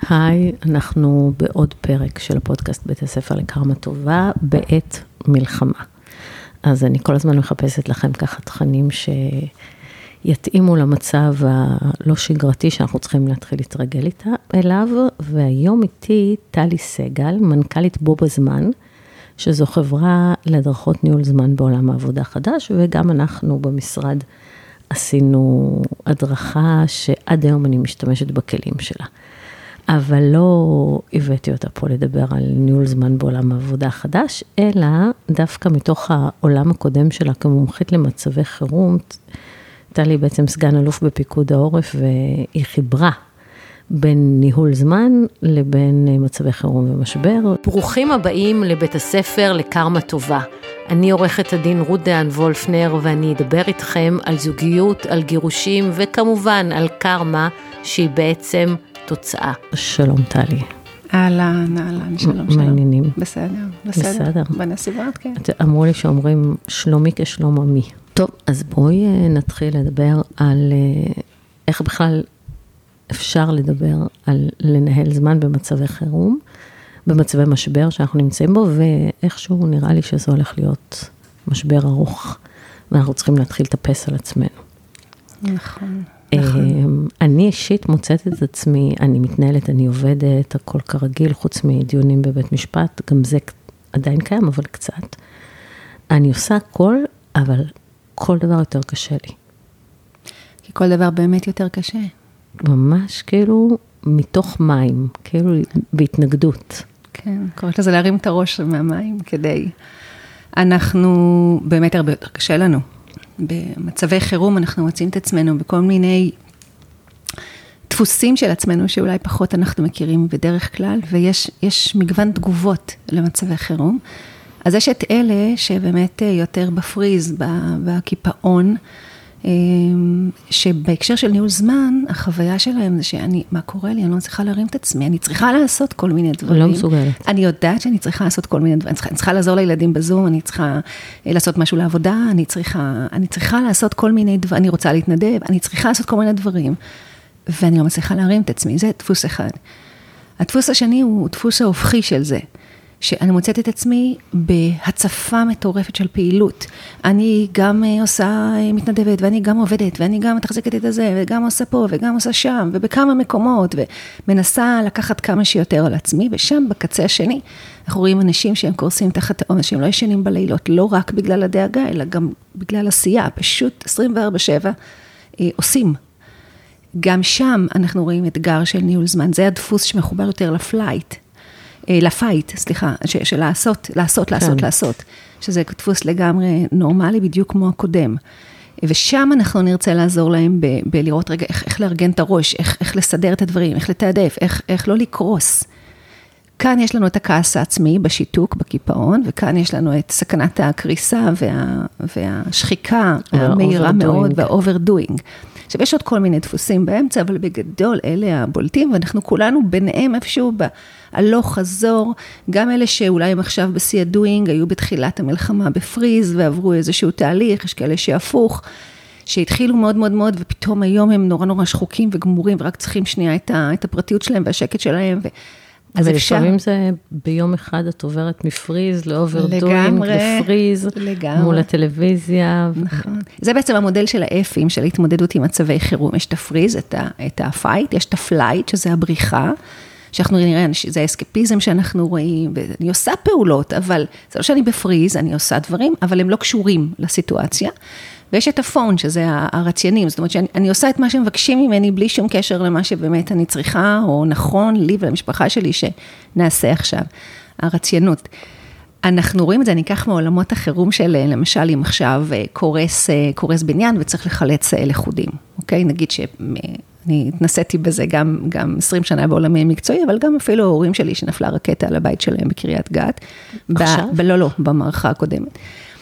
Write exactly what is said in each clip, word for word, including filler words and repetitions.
היי, אנחנו בעוד פרק של הפודקאסט בית הספר לקרמה טובה בעת מלחמה. אז אני כל הזמן מחפשת לכם ככה תכנים שיתאימו למצב הלא שגרתי שאנחנו צריכים להתחיל להתרגל איתה אליו, והיום איתי טלי סגל, מנכ"לית בו בזמן, שזו חברה להדרכות ניהול זמן בעולם העבודה חדש, וגם אנחנו במשרד עשינו הדרכה שעד היום אני משתמשת בכלים שלה. אבל לא הבאתי אותה פה לדבר על ניהול זמן בעולם העבודה החדש, אלא דווקא מתוך העולם הקודם שלה כמומחית למצבי חירום, טלי בעצם סגן אלוף בפיקוד העורף, והיא חיברה בין ניהול זמן לבין מצבי חירום ומשבר. ברוכים הבאים לבית הספר לקרמה טובה. אני עורכת הדין רות דהן וולפנר, ואני אדבר איתכם על זוגיות, על גירושים, וכמובן על קרמה, שהיא בעצם תוצאה. שלום טלי. אהלן, אהלן, שלום, שלום. מעניינים. בסדר, בסדר. בסדר. בנסיבות, כן. אמרו לי שאומרים שלומי כשלום עמי. טוב, אז בואי נתחיל לדבר על איך בכלל אפשר לדבר על לנהל זמן במצבי חירום, במצבי משבר שאנחנו נמצאים בו, ואיכשהו נראה לי שזה הולך להיות משבר ארוך, ואנחנו צריכים להתחיל לטפס על עצמנו. נכון. אני אישית מוצאת את עצמי, אני מתנהלת, אני עובדת, הכל כרגיל, חוץ מדיונים בבית משפט, גם זה עדיין קיים, אבל קצת. אני עושה הכל, אבל כל דבר יותר קשה לי. כי כל דבר באמת יותר קשה. ממש כאילו מתוך מים, כאילו בהתנגדות. כן, קוראת לזה להרים את הראש מהמים כדי. אנחנו באמת הרבה יותר קשה לנו. במצבי חירום אנחנו מוצאים את עצמנו בכל מיני דפוסים של עצמנו שאולי פחות אנחנו מכירים בדרך כלל, ויש יש מגוון תגובות למצבי חירום. אז יש את אלה שבאמת יותר בפריז, בקיפאון, שבהקשר של ניהול זמן, החוויה שלהם זה שאני, מה קורה לי? אני לא צריכה להרים את עצמי, אני צריכה לעשות כל מיני דברים. לא מסוגלת. אני יודעת שאני צריכה לעשות כל מיני דברים, אני צריכה, אני צריכה לעזור לילדים בזום, אני צריכה לעשות משהו לעבודה, אני צריכה, אני צריכה לעשות כל מיני דברים, אני רוצה להתנדב, אני צריכה לעשות כל מיני דברים, ואני לא מצליחה להרים את עצמי, זה דפוס אחד. הדפוס השני הוא דפוס ההופכי של זה. שאני מוצאת את עצמי בהצפה מטורפת של פעילות. אני גם עושה מתנדבת, ואני גם עובדת, ואני גם מתחזקת את זה, וגם עושה פה, וגם עושה שם, ובכמה מקומות, ומנסה לקחת כמה שיותר על עצמי, ושם בקצה השני, אנחנו רואים אנשים שהם קורסים תחת העומס, שהם לא ישנים בלילות, לא רק בגלל הדאגה, אלא גם בגלל עשייה, פשוט עשרים וארבע שבע עושים. גם שם אנחנו רואים אתגר של ניהול זמן, זה הדפוס שמחובר יותר לפלייט, לפייט, סליחה, של לעשות, לעשות, לעשות, לעשות, שזה דפוס לגמרי נורמלי, בדיוק כמו הקודם. ושם אנחנו נרצה לעזור להם ב- בלראות רגע איך, איך לארגן את הראש, איך, איך לסדר את הדברים, איך לתעדף, איך, איך לא לקרוס. כאן יש לנו את הכעס העצמי בשיתוק, בקיפאון, וכאן יש לנו את סכנת הקריסה וה, והשחיקה המהירה מאוד, והאוברדוינג. עכשיו, יש עוד כל מיני דפוסים באמצע, אבל בגדול אלה הבולטים, ואנחנו כולנו ביניהם איפשהו בהלוך חזור, גם אלה שאולי הם עכשיו בשיא הדוינג, היו בתחילת המלחמה בפריז, ועברו איזשהו תהליך, יש כאלה שהפוך, שהתחילו מאוד מאוד מאוד, ופתאום היום הם נורא נורא שחוקים וגמורים, ורק צריכים שנייה את, ה, את הפרטיות שלהם והשקט שלהם, ו... אז ולפעמים זה ביום אחד את עוברת מפריז לאוברדוינג, לפריז, לגמרי. מול הטלוויזיה. נכון. זה בעצם המודל של האפים, של התמודדות עם מצבי חירום. יש את הפריז, את, ה, את הפייט, יש את הפלייט, שזה הבריחה, שאנחנו נראה, זה האסקפיזם שאנחנו רואים, ואני עושה פעולות, אבל זה לא שאני בפריז, אני עושה דברים, אבל הם לא קשורים לסיטואציה. ויש את הפון, שזה הרציינים, זאת אומרת שאני אני עושה את מה שמבקשים ממני, בלי שום קשר למה שבאמת אני צריכה, או נכון לי ולמשפחה שלי שנעשה עכשיו, הרציינות. אנחנו רואים את זה, אני אקח מעולמות החירום של, למשל, אם עכשיו קורס, קורס בניין, וצריך לחלץ לחודים, אוקיי? נגיד שאני התנסיתי בזה גם, גם עשרים שנה בעולמי מקצועי, אבל גם אפילו ההורים שלי שנפלה רקטה על הבית שלהם בקריית גת. עכשיו? ב, לא, לא, במערכה הקודמת.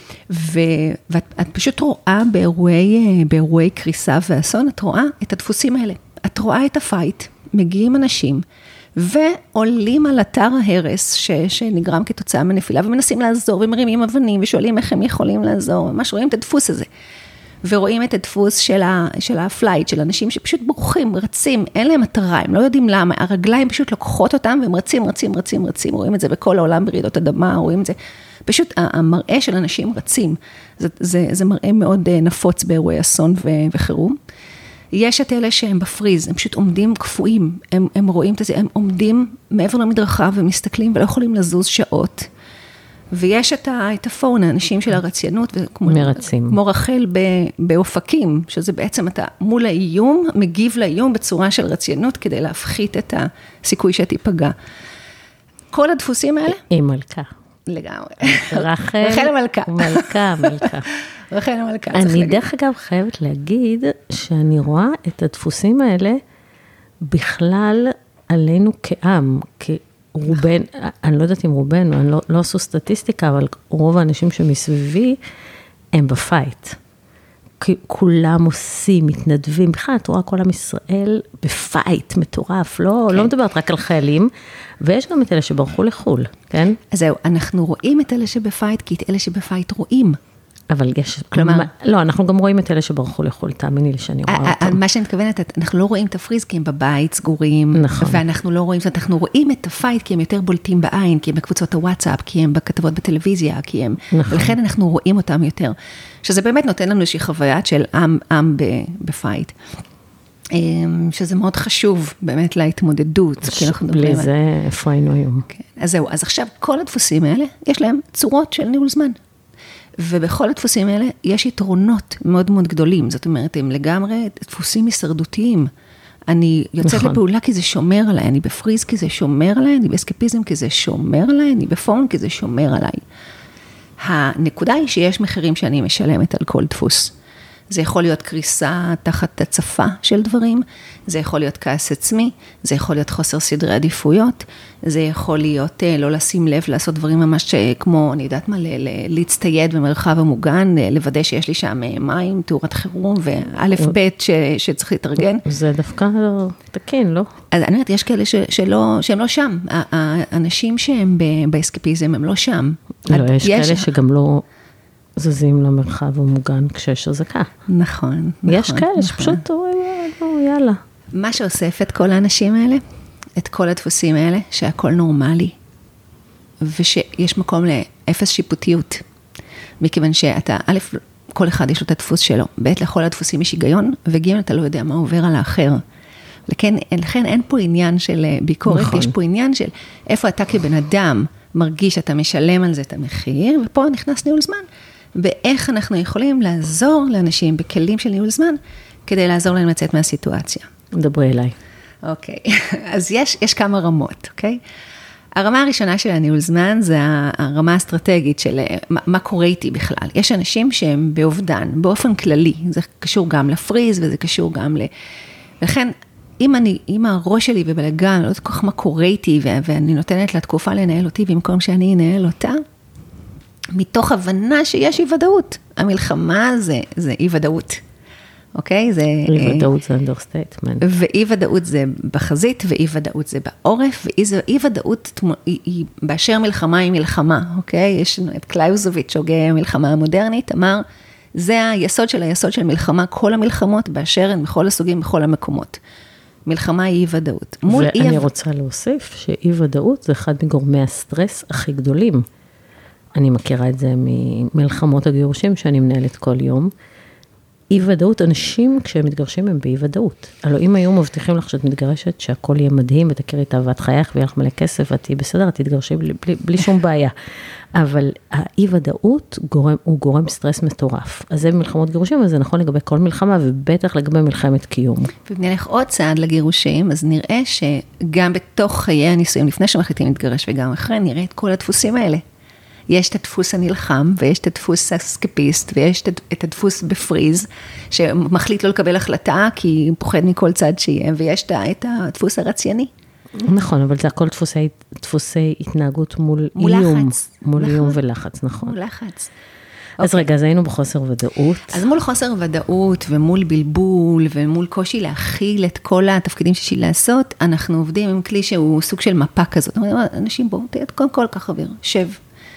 ואת פשוט רואה באירועי, באירועי קריסה ואסון, את רואה את הדפוסים האלה. את רואה את הפייט, מגיעים אנשים, ועולים על אתר ההרס ש, שנגרם כתוצאה מנפילה, ומנסים לעזור, ומרימים אבנים, ושואלים איך הם יכולים לעזור, ממש רואים את הדפוס הזה. ורואים את הדפוס של, ה, של הפלייט, של אנשים שפשוט בורחים, רצים, אין להם מטרה, הם לא יודעים למה, הרגליים פשוט לוקחות אותם, והם רצים, רצים, רצים, רצים, רואים את זה בכל העולם ברעידות אדמה, רואים את זה, פשוט המראה של אנשים רצים, זה, זה, זה מראה מאוד נפוץ באירועי אסון ו, וחירום. יש את אלה שהם בפריז, הם פשוט עומדים קפואים, הם, הם רואים את זה, הם עומדים מעבר למדרכה ומסתכלים ולא יכולים לזוז שעות. ויש את, ה, את הפון, האנשים של הרציינות, וכמו, מרצים. כמו רחל ב, באופקים, שזה בעצם אתה מול האיום, מגיב לאיום בצורה של רציינות, כדי להפחית את הסיכוי שתיפגע. כל הדפוסים האלה? היא מלכה. לגמרי. רחל. רחל המלכה. מלכה, מלכה. רחל המלכה. אני דרך אגב חייבת להגיד, שאני רואה את הדפוסים האלה, בכלל עלינו כעם, כרובן, אני לא יודעת אם רובנו, אני לא, לא עשו סטטיסטיקה, אבל רוב האנשים שמסביבי, הם בפייט. כולם עושים, מתנדבים, בכלל את רואה כל עם ישראל בפייט מטורף, לא, כן. לא מדברת רק על חיילים, ויש גם את אלה שברחו לחול, כן? אז זהו, אנחנו רואים את אלה שבפייט, כי את אלה שבפייט רואים. אבל יש, כלומר, לא, אנחנו גם רואים את אלה שברחו לחול, תאמיני לי שאני רואה אותם. מה שאני מתכוונת, אנחנו לא רואים את הפריז, כי הם בבית סגורים, נכון. ואנחנו לא רואים, זאת אומרת, אנחנו רואים את הפייט, כי הם יותר בולטים בעין, כי הם בקבוצות הוואטסאפ, כי הם בכתבות בטלוויזיה, כי הם, נכון. ולכן אנחנו רואים אותם יותר. שזה באמת נותן לנו איזושהי חוויה של עם, עם בפייט. שזה מאוד חשוב, באמת, להתמודדות. בלי זה, איפה היינו היום? אז זהו, אז עכשיו, כל הדפוסים האלה, יש להם צורות של ניהול זמן. ובכל הדפוסים האלה יש יתרונות מאוד מאוד גדולים, זאת אומרת, הם לגמרי דפוסים הישרדותיים. אני יוצאת נכון. לפעולה כי זה שומר עליי, אני בפריז כי זה שומר עליי, אני באסקפיזם כי זה שומר עליי, אני בפון כי זה שומר עליי. הנקודה היא שיש מחירים שאני משלמת על כל דפוס. זה יכול להיות קריסה תחת הצפה של דברים, זה יכול להיות כעס עצמי, זה יכול להיות חוסר סדרי עדיפויות, זה יכול להיות לא לשים לב, לעשות דברים ממש כמו, אני יודעת מה, להצטייד במרחב המוגן, לוודא שיש לי שם מים, תאורת חירום, ואלף בית שצריך להתארגן. זה דווקא תקין, לא? אז אני אומרת, יש כאלה שלא, שהם לא שם. האנשים שהם באסקפיזם, הם לא שם. לא, יש כאלה שגם לא זזים למרחב המוגן כשיש הזקה. נכון. יש כאלה שפשוט אומרים, יאללה. מה שאוסף את כל האנשים האלה, את כל הדפוסים האלה, שהכל נורמלי, ושיש מקום לאפס שיפוטיות, מכיוון שאתה, א', כל אחד יש לו את הדפוס שלו, ב', לכל הדפוסים יש היגיון, וג', אתה לא יודע מה עובר על האחר. לכן, לכן אין פה עניין של ביקורת, נכון. יש פה עניין של איפה אתה כבן אדם מרגיש שאתה משלם על זה את המחיר, ופה נכנס ניהול זמן, ואיך אנחנו יכולים לעזור לאנשים בכלים של ניהול זמן, כדי לעזור להם לצאת מהסיטואציה. דברי אליי. אוקיי, אז יש, יש כמה רמות, אוקיי? הרמה הראשונה של הניהול זמן, זה הרמה האסטרטגית של מה, מה קורה איתי בכלל. יש אנשים שהם באובדן, באופן כללי, זה קשור גם לפריז, וזה קשור גם ל... ולכן, אם אני, אם הראש שלי בבלגן, לא יודעת כל כך מה קורה איתי, ואני נותנת לה תקופה לנהל אותי, במקום שאני אנהל אותה, מתוך הבנה שיש אי ודאות. המלחמה זה, זה אי ודאות. אוקיי? זה... אי ודאות זה understatement. ואי ודאות זה בחזית, ואי ודאות זה בעורף, ואי ודאות היא, היא באשר מלחמה היא מלחמה, אוקיי? יש את קלאוזוביץ', הוגה המלחמה המודרנית, אמר, זה היסוד של היסוד של מלחמה, כל המלחמות באשר הן בכל הסוגים, בכל המקומות. מלחמה היא אי ודאות. ואני אי... רוצה להוסיף שאי ודאות זה אחד מגורמי הסטרס הכי גדולים. אני מכירה את זה ממלחמות הגירושים שאני מנהלת כל יום. אי ודאות, אנשים כשהם מתגרשים הם באי ודאות. הלוא אם היום מבטיחים לך שאת מתגרשת, שהכל יהיה מדהים, ותכירי את אהבת חייך, ויהיה לך מלא כסף, ואת תהיי בסדר, את תתגרשי בלי, בלי, בלי שום בעיה. אבל האי ודאות גורם, הוא גורם סטרס מטורף. אז זה במלחמות גירושים, אז זה נכון לגבי כל מלחמה, ובטח לגבי מלחמת קיום. ונלך עוד צעד לגירושים, אז נראה שגם בתוך חיי הנישואים, לפני שמחליטים להתגרש וגם אחרי, נראה את כל הדפוסים האלה. יש את הדפוס הנלחם, ויש את הדפוס הסקפיסט, ויש את הדפוס בפריז, שמחליט לא לקבל החלטה, כי הוא פוחד מכל צד שיהיה, ויש את הדפוס הרצייני. נכון, אבל זה הכל דפוסי, דפוסי התנהגות מול, מול איום. לחץ. מול נכון. איום ולחץ, נכון. מול לחץ. אז okay. רגע, אז היינו בחוסר ודאות. אז מול חוסר ודאות, ומול בלבול, ומול קושי להכיל את כל התפקידים שיש לי לעשות, אנחנו עובדים עם כלי שהוא סוג של מפה כזאת. אנשים בואו, תהיה קודם כל כך אוויר, שב.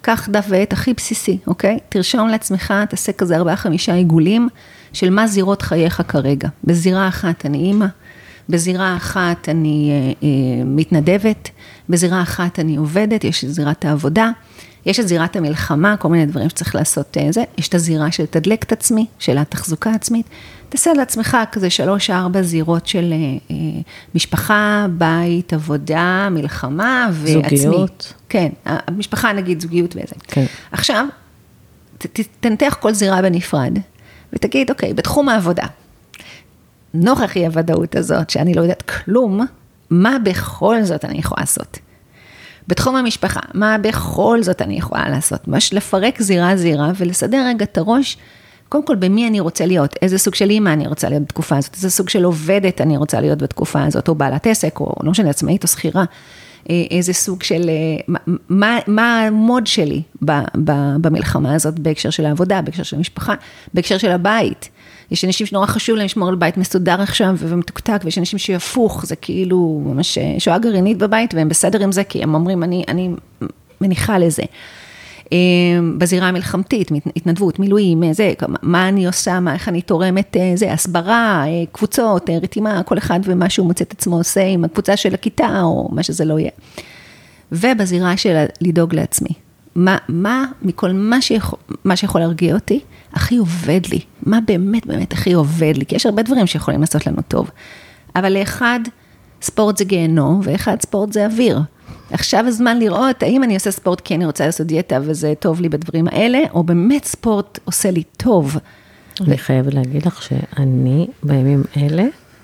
קח דף ועט הכי בסיסי, אוקיי? תרשום לעצמך, תעשה כזה ארבעה חמישה עיגולים, של מה זירות חייך כרגע. בזירה אחת אני אימא, בזירה אחת אני אה, אה, מתנדבת, בזירה אחת אני עובדת, יש את זירת העבודה, יש את זירת המלחמה, כל מיני דברים שצריך לעשות אה, זה, יש את הזירה של תדלק את עצמי, של התחזוקה העצמית, תעשה לעצמך כזה שלוש, ארבע זירות של אה, אה, משפחה, בית, עבודה, מלחמה ועצמי. זוגיות. כן, המשפחה נגיד זוגיות וזה. כן. עכשיו, ת, ת, תנתח כל זירה בנפרד, ותגיד, אוקיי, בתחום העבודה, נוכח היא הוודאות הזאת, שאני לא יודעת כלום, מה בכל זאת אני יכולה לעשות? בתחום המשפחה, מה בכל זאת אני יכולה לעשות? ממש לפרק זירה זירה, ולסדר רגע את הראש, קודם כל במי אני רוצה להיות, איזה סוג של אימא אני רוצה להיות בתקופה הזאת, איזה סוג של עובדת אני רוצה להיות בתקופה הזאת, או בעלת עסק, או לא משנה, עצמאית או שכירה, איזה סוג של, מה, מה המוד שלי ב, ב, במלחמה הזאת, בהקשר של העבודה, בהקשר של המשפחה, בהקשר של הבית. יש אנשים שנורא חשוב להם לשמור על בית מסודר עכשיו ומתוקתק, ויש אנשים שיפוך, זה כאילו ממש שואה גרעינית בבית, והם בסדר עם זה, כי הם אומרים, אני, אני מניחה לזה. בזירה המלחמתית, התנדבות, מילואים, זה, מה אני עושה, מה, איך אני תורמת, זה, הסברה, קבוצות, רתימה, כל אחד ומה שהוא מוצא את עצמו עושה עם הקבוצה של הכיתה, או מה שזה לא יהיה. ובזירה של לדאוג לעצמי. מה, מה מכל מה שיכול, מה שיכול להרגיע אותי, הכי עובד לי. מה באמת באמת הכי עובד לי? כי יש הרבה דברים שיכולים לעשות לנו טוב. אבל לאחד, ספורט זה גיהנום, ואחד ספורט זה אוויר. עכשיו הזמן לראות, האם אני עושה ספורט כי אני רוצה לעשות דיאטה, וזה טוב לי בדברים האלה, או באמת ספורט עושה לי טוב. אני ו... חייבת להגיד לך שאני בימים אלה,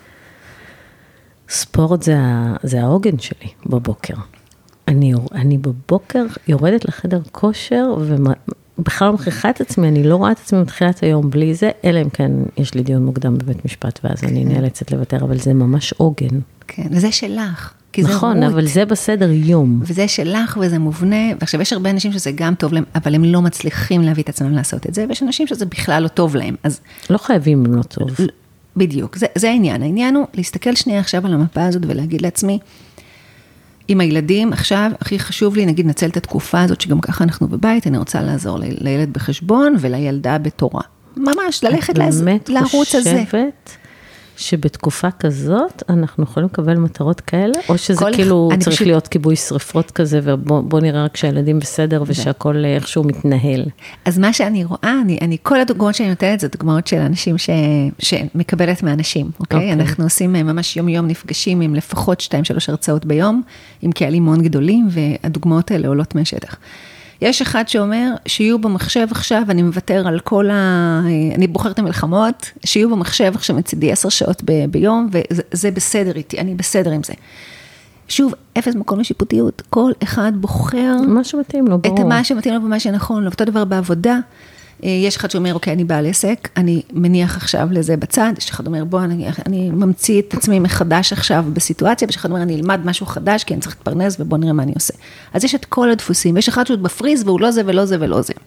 ספורט זה, זה העוגן שלי בבוקר. אני, אני בבוקר יורדת לחדר כושר, ובכלל מכריחה את עצמי, אני לא רואה את עצמי מתחילת היום בלי זה, אלא אם כן יש לי דיון מוקדם בבית משפט, ואז כן. אני נאלצת לוותר, אבל זה ממש עוגן. כן, וזה שלך. נכון, זה אבל זה בסדר יום. וזה שלך וזה מובנה, ועכשיו יש הרבה אנשים שזה גם טוב להם, אבל הם לא מצליחים להביא את עצמם לעשות את זה, ויש אנשים שזה בכלל לא טוב להם. אז לא חייבים לא טוב. בדיוק, זה, זה העניין. העניין הוא להסתכל שנייה עכשיו על המפה הזאת ולהגיד לעצמי, עם הילדים עכשיו, הכי חשוב לי, נגיד, נצל את התקופה הזאת, שגם ככה אנחנו בבית, אני רוצה לעזור לילד בחשבון ולילדה בתורה. ממש, ללכת לערוץ הזה. באמת חושבת שבתקופה כזאת, אנחנו יכולים לקבל מטרות כאלה, או שזה כאילו צריך פשוט... להיות כיבוי שריפות כזה, ובוא נראה רק שהילדים בסדר, ושהכל איכשהו מתנהל. אז מה שאני רואה, אני, אני כל הדוגמאות שאני נותנת, זה דוגמאות של אנשים ש, שמקבלת מאנשים, אוקיי? אוקיי? אנחנו עושים ממש יום יום נפגשים עם לפחות שתיים, שלוש הרצאות ביום, עם קהלים מאוד גדולים, והדוגמאות האלה עולות מהשטח. יש אחד שאומר, שיהיו במחשב עכשיו, אני מוותר על כל ה... אני בוחרת המלחמות, שיהיו במחשב עכשיו מצידי עשר שעות ב- ביום, וזה בסדר איתי, אני בסדר עם זה. שוב, אפס מקום לשיפוטיות, כל אחד בוחר... מה שמתאים לו, ברור. את מה שמתאים לו ומה שנכון, אותו דבר בעבודה. יש אחד שאומר, אוקיי, אני בעל עסק, אני מניח עכשיו לזה בצד, יש אחד אומר, בוא, אני, אני ממציא את עצמי מחדש עכשיו בסיטואציה, ויש אחד אומר, אני אלמד משהו חדש, כי אני צריך להתפרנס, ובוא נראה מה אני עושה. אז יש את כל הדפוסים, ויש אחד שהוא בפריז, והוא לא זה ולא זה ולא זה.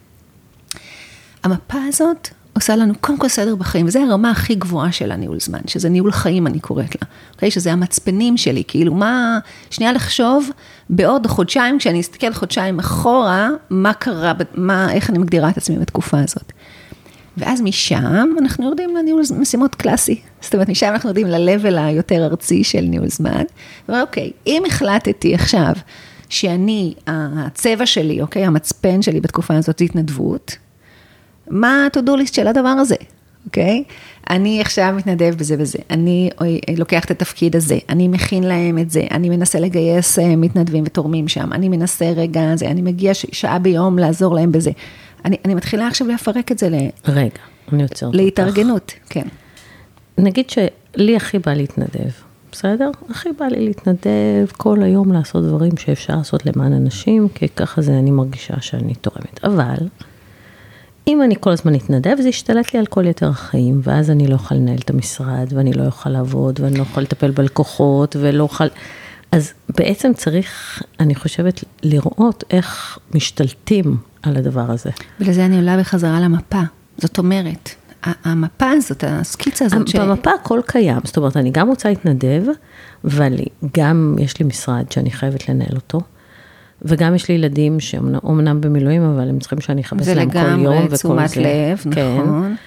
המפה הזאת עושה לנו קודם כל סדר בחיים, וזו הרמה הכי גבוהה של הניהול זמן, שזה ניהול חיים אני קוראת לה, אוקיי? שזה המצפנים שלי, כאילו מה, שנייה לחשוב, בעוד חודשיים, כשאני אסתכל חודשיים אחורה, מה קרה, מה, איך אני מגדירה את עצמי בתקופה הזאת. ואז משם אנחנו יורדים לניהול משימות קלאסי, זאת אומרת, משם אנחנו יורדים ל-level היותר ארצי של ניהול זמן, ואומר, אוקיי, אם החלטתי עכשיו, שאני, הצבע שלי, אוקיי, המצפן שלי בתקופה הזאת, זה התנדבות, מה ה-to-do list של הדבר הזה, אוקיי? אני עכשיו מתנדב בזה וזה, אני לוקח את התפקיד הזה, אני מכין להם את זה, אני מנסה לגייס מתנדבים ותורמים שם, אני מנסה רגע זה, אני מגיע שעה ביום לעזור להם בזה. אני, אני מתחילה עכשיו לפרק את זה ל... רגע, אני יוצרת אותך. להתארגנות, כן. נגיד שלי הכי בא להתנדב, בסדר? הכי בא לי להתנדב כל היום לעשות דברים שאפשר לעשות למען אנשים, כי ככה זה אני מרגישה שאני תורמת. אבל... אם אני כל הזמן אתנדב, זה ישתלט לי על כל יתר החיים, ואז אני לא אוכל לנהל את המשרד, ואני לא אוכל לעבוד, ואני לא אוכל לטפל בלקוחות, ולא אוכל... אז בעצם צריך, אני חושבת, לראות איך משתלטים על הדבר הזה. ולזה אני עולה בחזרה למפה. זאת אומרת, המפה הזאת, הסקיצה הזאת... ש... במפה הכל קיים, זאת אומרת, אני גם רוצה להתנדב, וגם יש לי משרד שאני חייבת לנהל אותו, וגם יש לי ילדים שאומנם במילואים, אבל הם צריכים שאני אחפש להם כל יום. זה לגמרי תשומת לב, נכון.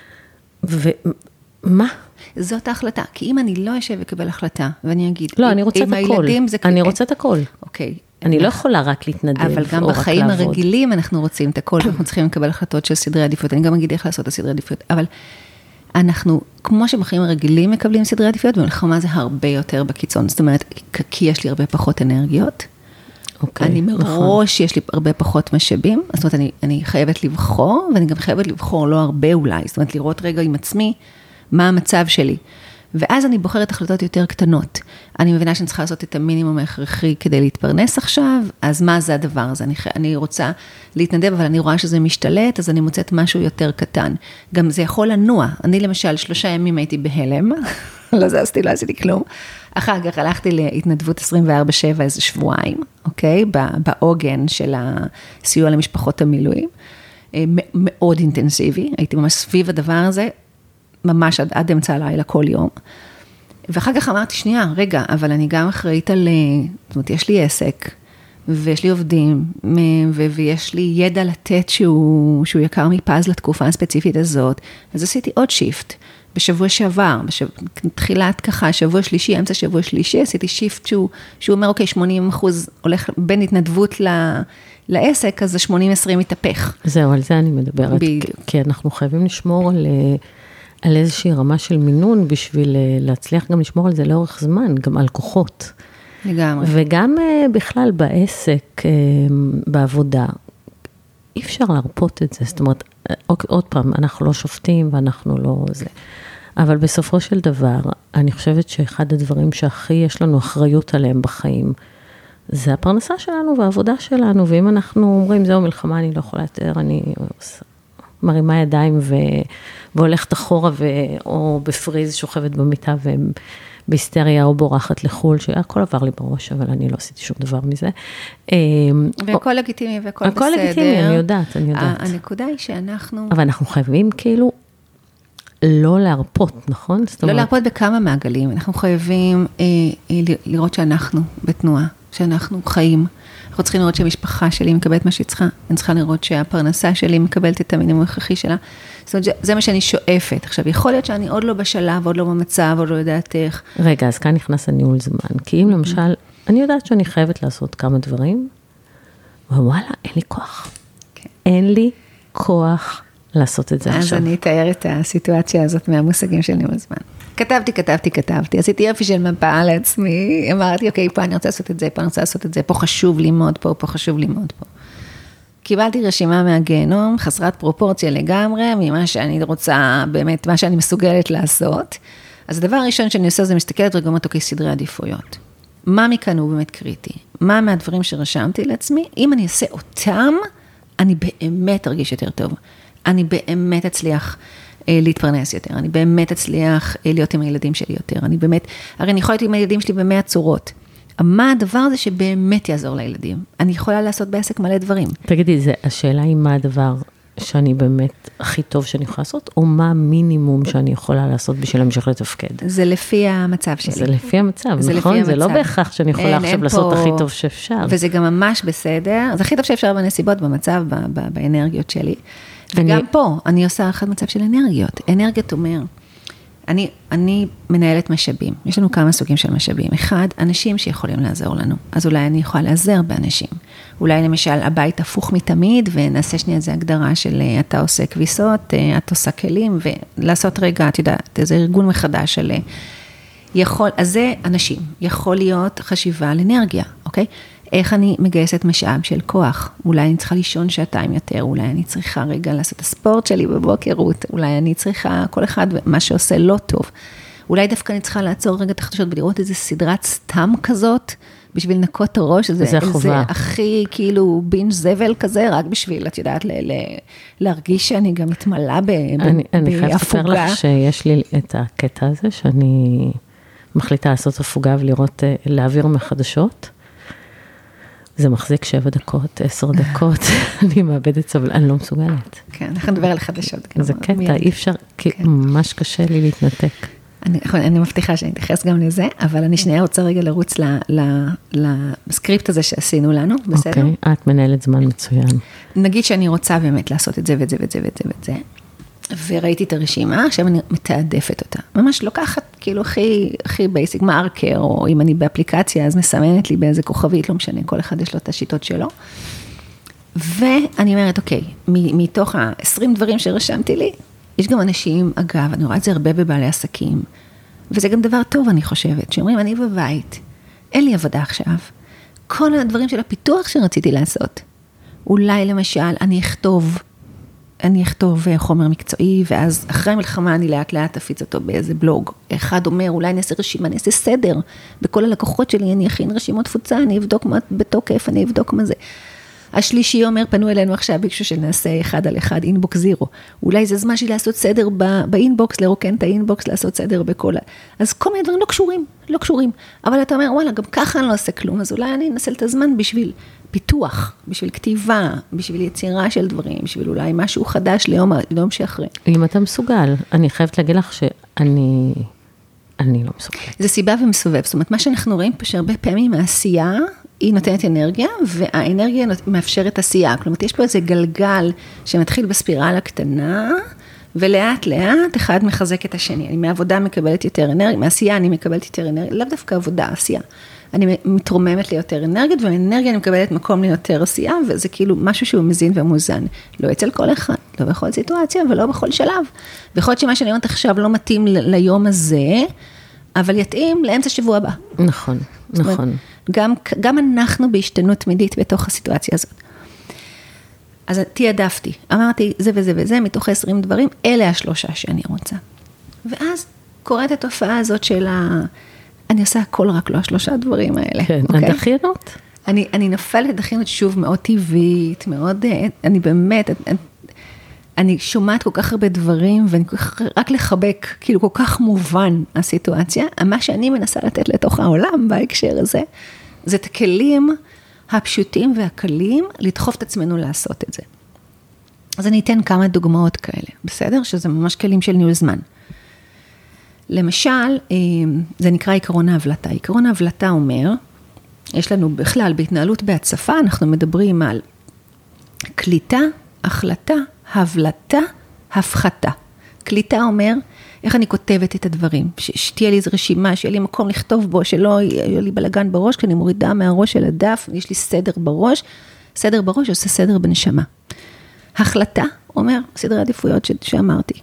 ומה? זאת ההחלטה, כי אם אני לא אשב וקבל החלטה, ואני אגיד, לא, אני רוצה את הכל. אני רוצה את הכל. אוקיי. אני לא יכולה רק להתנדב, אבל גם בחיים הרגילים אנחנו רוצים את הכל, אנחנו צריכים לקבל החלטות של סדרי עדיפויות. אני גם אגיד איך לעשות את הסדרי עדיפויות, אבל אנחנו, כמו שבחיים הרגילים מקבלים סדרי עדיפויות, במלחמה זה הרבה יותר בקיצון. זאת אומרת, כי יש לי הרבה פחות אנרגיות, אוקיי, אני מראש יש לי הרבה פחות משאבים, זאת אומרת, אני, אני חייבת לבחור, ואני גם חייבת לבחור לא הרבה אולי, זאת אומרת, לראות רגע עם עצמי, מה המצב שלי. ואז אני בוחרת החלטות יותר קטנות. אני מבינה שאני צריכה לעשות את המינימום ההכרחי כדי להתפרנס עכשיו, אז מה זה הדבר הזה? אני, אני רוצה להתנדב, אבל אני רואה שזה משתלט, אז אני מוצאת משהו יותר קטן. גם זה יכול לנוע. אני למשל, שלושה ימים הייתי בהלם, לא זזתי, לא עשיתי כלום. אחר כך הלכתי להתנדבות עשרים וארבע שבע איזה שבועיים, אוקיי? בעוגן של הסיוע למשפחות המילואים. מאוד אינטנסיבי, הייתי ממש סביב הדבר הזה, ממש עד, עד אמצע הלילה כל יום. ואחר כך אמרתי, שנייה, רגע, אבל אני גם אחראית על, זאת אומרת, יש לי עסק, ויש לי עובדים, ו- ויש לי ידע לתת שהוא, שהוא יקר מפז לתקופה הספציפית הזאת. אז עשיתי עוד שיפט, בשבוע שעבר, בשבוע, תחילת ככה, שבוע שלישי, אמצע שבוע שלישי, עשיתי שיפט שהוא, שהוא אומר, אוקיי, שמונים אחוז הולך בין התנדבות ל... לעסק, אז זה שמונים עשרים מתהפך. זהו, על זה אני מדברת, בדיוק. כי אנחנו חייבים לשמור על... על איזושהי רמה של מינון, בשביל להצליח גם לשמור על זה לאורך זמן, גם על כוחות. לגמרי. וגם בכלל בעסק, בעבודה, אי אפשר להרפות את זה. זאת אומרת, עוד פעם, אנחנו לא שופטים, ואנחנו לא זה. אבל בסופו של דבר, אני חושבת שאחד הדברים שהכי יש לנו אחריות עליהם בחיים, זה הפרנסה שלנו והעבודה שלנו, ואם אנחנו אומרים, זהו מלחמה, אני לא יכולה יותר, אני... מרימה ידיים ו... והולכת אחורה, ו... או בפריז שוכבת במיטה, ובהיסטריה או בורחת לחול, שהכל עבר לי בראש, אבל אני לא עשיתי שום דבר מזה. והכל או... לגיטימי, והכל בסדר. הכל לגיטימי, אני יודעת, אני יודעת. הנקודה היא שאנחנו... אבל אנחנו חייבים כאילו לא להרפות, נכון? לא אומרת... להרפות בכמה מעגלים. אנחנו חייבים אה, אה, לראות שאנחנו בתנועה, שאנחנו חיים, אנחנו צריכים לראות שהמשפחה שלי מקבלת מה שהיא צריכה, אני צריכה לראות שהפרנסה שלי מקבלת את המינימום הכרחי שלה, זאת אומרת, זה מה שאני שואפת. עכשיו, יכול להיות שאני עוד לא בשלב, עוד לא במצב, עוד לא יודעת איך. רגע, אז כאן נכנס הניהול זמן, כי אם למשל, אני יודעת שאני חייבת לעשות כמה דברים, ווואלה, אין לי כוח. אין לי כוח לעשות את זה עכשיו. אז אני אתאר את הסיטואציה הזאת מהמושגים של ניהול זמן. כתבתי, כתבתי, כתבתי, עשיתי יופי של מפה לעצמי, אמרתי, אוקיי, פה אני רוצה לעשות את זה, פה אני רוצה לעשות את זה, פה חשוב ללמוד פה, פה חשוב ללמוד פה. קיבלתי רשימה מהגיהנום, חסרת פרופורציה לגמרי, ממה שאני רוצה, באמת, מה שאני מסוגלת לעשות. אז הדבר הראשון שאני עושה, זה מסתכלת רגע, אומרת, אוקיי, סדרי עדיפויות. מה מכאן הוא באמת קריטי? מה מהדברים שרשמתי לעצמי? אם אני אעשה אותם, אני באמת ארגיש יותר טוב. אני באמת אצליח להתפרנס יותר, אני באמת אצליח להיות עם הילדים שלי יותר, אני באמת, הרי אני יכולה להיות עם הילדים שלי במאה צורות. מה הדבר הזה שבאמת יעזור לילדים? אני יכולה לעשות בעסק מלא דברים. תגידי, זה, השאלה היא מה הדבר שאני באמת הכי טוב שאני יכולה לעשות, או מה המינימום שאני יכולה לעשות בשביל להמשיך לתפקד? זה לפי המצב שלי. זה לפי המצב, זה נכון? לפי זה המצב. לא בהכרח שאני יכולה אין, עכשיו אין לעשות פה... הכי טוב שאפשר. וזה גם ממש בסדר, זה הכי טוב שאפשר בנסיבות, במצב, ב- ב- באנרגיות שלי. וגם אני... פה, אני עושה אחד מצב של אנרגיות. אנרגיות אומר, אני, אני מנהלת משאבים. יש לנו כמה סוגים של משאבים. אחד, אנשים שיכולים לעזור לנו. אז אולי אני יכולה לעזר באנשים. אולי למשל, הבית הפוך מתמיד, ונעשה שנייה איזו הגדרה של אתה עושה כביסות, את עושה כלים, ולעשות רגע, את יודעת, איזה ארגון מחדש של... יכול, אז זה אנשים. יכול להיות חשיבה על אנרגיה, אוקיי? איך אני מגייסת משאב של כוח? אולי אני צריכה לישון שעתיים יותר, אולי אני צריכה רגע לעשות את הספורט שלי בבוקר, אולי אני צריכה כל אחד מה שעושה לא טוב. אולי דווקא אני צריכה לעצור רגע את החדשות ולראות איזו סדרת סתם כזאת, בשביל לנקות את הראש, זה, זה זה הכי כאילו בינג' זבל כזה, רק בשביל, את יודעת, ל, ל, להרגיש שאני גם מתמלאה ב, אני, בהפוגה. אני חייבת לספר לך שיש לי את הקטע הזה, שאני מחליטה לעשות הפוגה ולראות, להעביר מחדשות, זה מחזיק שבע דקות, עשר דקות, אני מאבדת סבל, אני לא מסוגלת. כן, אנחנו נדבר על חדשות. זה קטע, אי אפשר, כי ממש קשה לי להתנתק. אני, אני מבטיחה שאני אתייחס גם לזה, אבל אני שנייה רוצה רגע לרוץ ל, ל, לסקריפט הזה שעשינו לנו, בסדר? אוקיי, את מנהלת זמן מצוין. נגיד שאני רוצה באמת לעשות את זה ואת זה ואת זה ואת זה ואת זה, וראיתי את הרשימה, עכשיו אני מתעדפת אותה. ממש לוקחת כאילו הכי, הכי בייסיק, מרקר, או אם אני באפליקציה, אז מסמנת לי באיזה כוכבית, לא משנה, כל אחד יש לו את השיטות שלו. ואני אומרת, אוקיי, מתוך ה-עשרים דברים שרשמתי לי, יש גם אנשים, אגב, אני רואה את זה הרבה בבעלי עסקים, וזה גם דבר טוב, אני חושבת, שאומרים, אני בבית, אין לי עבודה עכשיו, כל הדברים של הפיתוח שרציתי לעשות, אולי למשל, אני אכתוב, אני אכתוב חומר מקצועי, ואז אחרי מלחמה אני לאט לאט אפיץ אותו באיזה בלוג. אחד אומר, אולי נעשה רשימה, נעשה סדר, בכל הלקוחות שלי אני אכין רשימות תפוצה, אני אבדוק מה בתוקף, אני אבדוק מה זה. השלישי אומר, פנו אלינו עכשיו, ביקשו שנעשה אחד על אחד, אינבוקס זירו. אולי זה זמן שלי לעשות סדר באינבוקס, לרוקן את האינבוקס, לעשות סדר בכל ה... אז כל מיני דברים לא קשורים, לא קשורים. אבל אתה אומר, וואלה, גם ככה אני לא עושה כלום, אז אולי אני אנסה את הזמן בשביל פיתוח, בשביל כתיבה, בשביל יצירה של דברים, בשביל אולי משהו חדש ליום, ליום שאחרי. אם אתה מסוגל, אני חייבת להגיד לך שאני... אני לא מסוגלת. זה סיבה ומסובב, זאת אומרת, מה שאנחנו רואים פה שהרבה פעמים העשייה, היא נותנת אנרגיה, והאנרגיה מאפשרת עשייה. כלומר, יש פה איזה גלגל שמתחיל בספירלה הקטנה, ולאט לאט אחד מחזק את השני. אני מהעבודה מקבלת יותר אנרגיה, מהעשייה אני מקבלת יותר אנרגיה, לאו דווקא עבודה, עשייה. אני מתרוממת ליותר אנרגיה, ומאנרגיה אני מקבלת מקום ליותר עשייה, וזה כאילו משהו שהוא מזין ומוזן. לא אצל כל אחד, לא בכל סיטואציה, ולא בכל שלב. ויכול להיות שמה שאני אומרת עכשיו לא מתאים ליום הזה, אבל יתאים לאמצע שבוע הבא. נכון, נכון. גם, גם אנחנו בהשתנות תמידית בתוך הסיטואציה הזאת. אז תיעדפתי, אמרתי זה וזה וזה, מתוך עשרים דברים, אלה השלושה שאני רוצה. ואז קוראת התופעה הזאת של ה... אני עושה הכל רק לא השלושה דברים האלה. כן, אוקיי? הדחיינות. אני, אני נופלת הדחיינות שוב מאוד טבעית, מאוד, אני באמת, אני, אני שומעת כל כך הרבה דברים, ואני רק לחבק, כאילו כל כך מובן הסיטואציה, מה שאני מנסה לתת לתוך העולם בהקשר הזה, זה את הכלים הפשוטים והקלים, לדחוף את עצמנו לעשות את זה. אז אני אתן כמה דוגמאות כאלה, בסדר? שזה ממש כלים של ניהול זמן. למשל, זה נקרא עיקרון ההבלטה. עיקרון ההבלטה אומר, יש לנו בכלל בהתנהלות בהצפה, אנחנו מדברים על קליטה, החלטה, הבלטה, הפחתה. קליטה אומר, איך אני כותבת את הדברים, שתהיה לי איזו רשימה, שיהיה לי מקום לכתוב בו, שלא יהיה לי בלגן בראש, כי אני מורידה מהראש של הדף, יש לי סדר בראש, סדר בראש עושה סדר בנשמה. החלטה אומר, סדרי עדיפויות שאמרתי.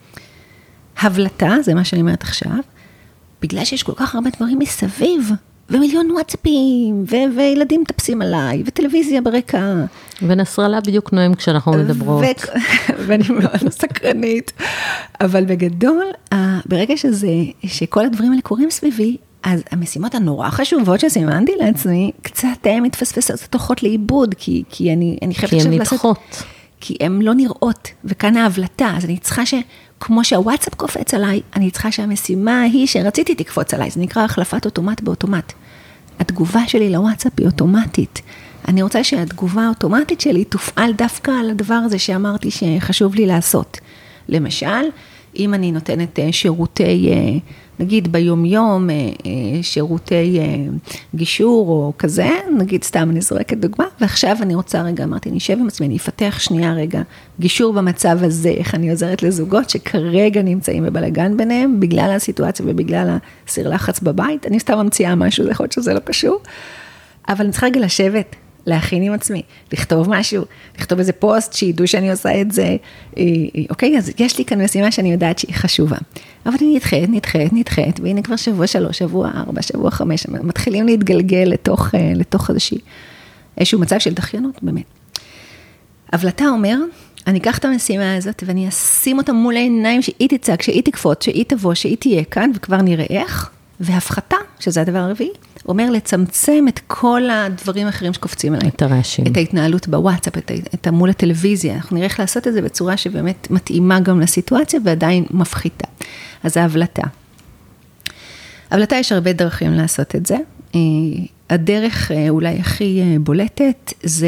הבלטה, זה מה שאני אומרת עכשיו, בגלל שיש כל כך הרבה דברים מסביב, ומיליון וואטסאפים, ו- וילדים מטפסים עליי, וטלוויזיה ברקע. ונסראללה בדיוק נוהם כשאנחנו מדברות. ו- ואני מאוד סקרנית. אבל בגדול, ברגע שזה, שכל הדברים האלה קורים סביבי, אז המשימות הנורא חשובות שסימנתי לעצמי, קצת מתפספסות תוכות לאיבוד, כי, כי אני, אני חייבת כי הן לעשות... נדחות. כי הן לא נראות, וכאן ההבלטה, אז אני צריכה ש... כמו שהוואטסאפ קופץ עליי, אני צריכה שהמשימה היא שרציתי תקפוץ עליי, זה נקרא החלפת אוטומט באוטומט. התגובה שלי לוואטסאפ היא אוטומטית. אני רוצה שהתגובה האוטומטית שלי תופעל דווקא על הדבר הזה שאמרתי שחשוב לי לעשות. למשל, אם אני נותנת שירותי, נגיד ביום יום, שירותי גישור או כזה, נגיד סתם אני זורקת דוגמה, ועכשיו אני רוצה רגע, אמרתי, אני אשב עם עצמי, אני אפתח שנייה רגע, גישור במצב הזה, איך אני עוזרת לזוגות שכרגע נמצאים בבלגן ביניהם, בגלל הסיטואציה ובגלל הסיר לחץ בבית, אני סתם ממציאה משהו, זה יכול להיות שזה לא קשור, אבל אני צריכה רגע לשבת, להכין עם עצמי, לכתוב משהו, לכתוב איזה פוסט, שידעו שאני עושה את זה, אוקיי, אז יש לי כאן משימה שאני יודעת שהיא חשובה, אבל אני נדחית, נדחית, נדחית, והנה כבר שבוע שלוש, שבוע ארבע, שבוע חמש, מתחילים להתגלגל לתוך, לתוך איזושהי, איזשהו מצב של דחיינות, באמת. הבלטה אומר, אני אקח את המשימה הזאת, ואני אשים אותה מול העיניים, שהיא תצעק, שהיא תקפוץ, שהיא תבוא, שהיא תהיה כאן, וכבר נראה איך, והפחתה, שזה הדבר הרביעי, אומר לצמצם את כל הדברים האחרים שקופצים עליי. את הרעשים. את ההתנהלות בוואטסאפ, את, את מול הטלוויזיה. אנחנו נראה איך לעשות את זה בצורה שבאמת מתאימה גם לסיטואציה, ועדיין מפחיתה. אז ההבלטה. ההבלטה יש הרבה דרכים לעשות את זה. הדרך אולי הכי בולטת, זה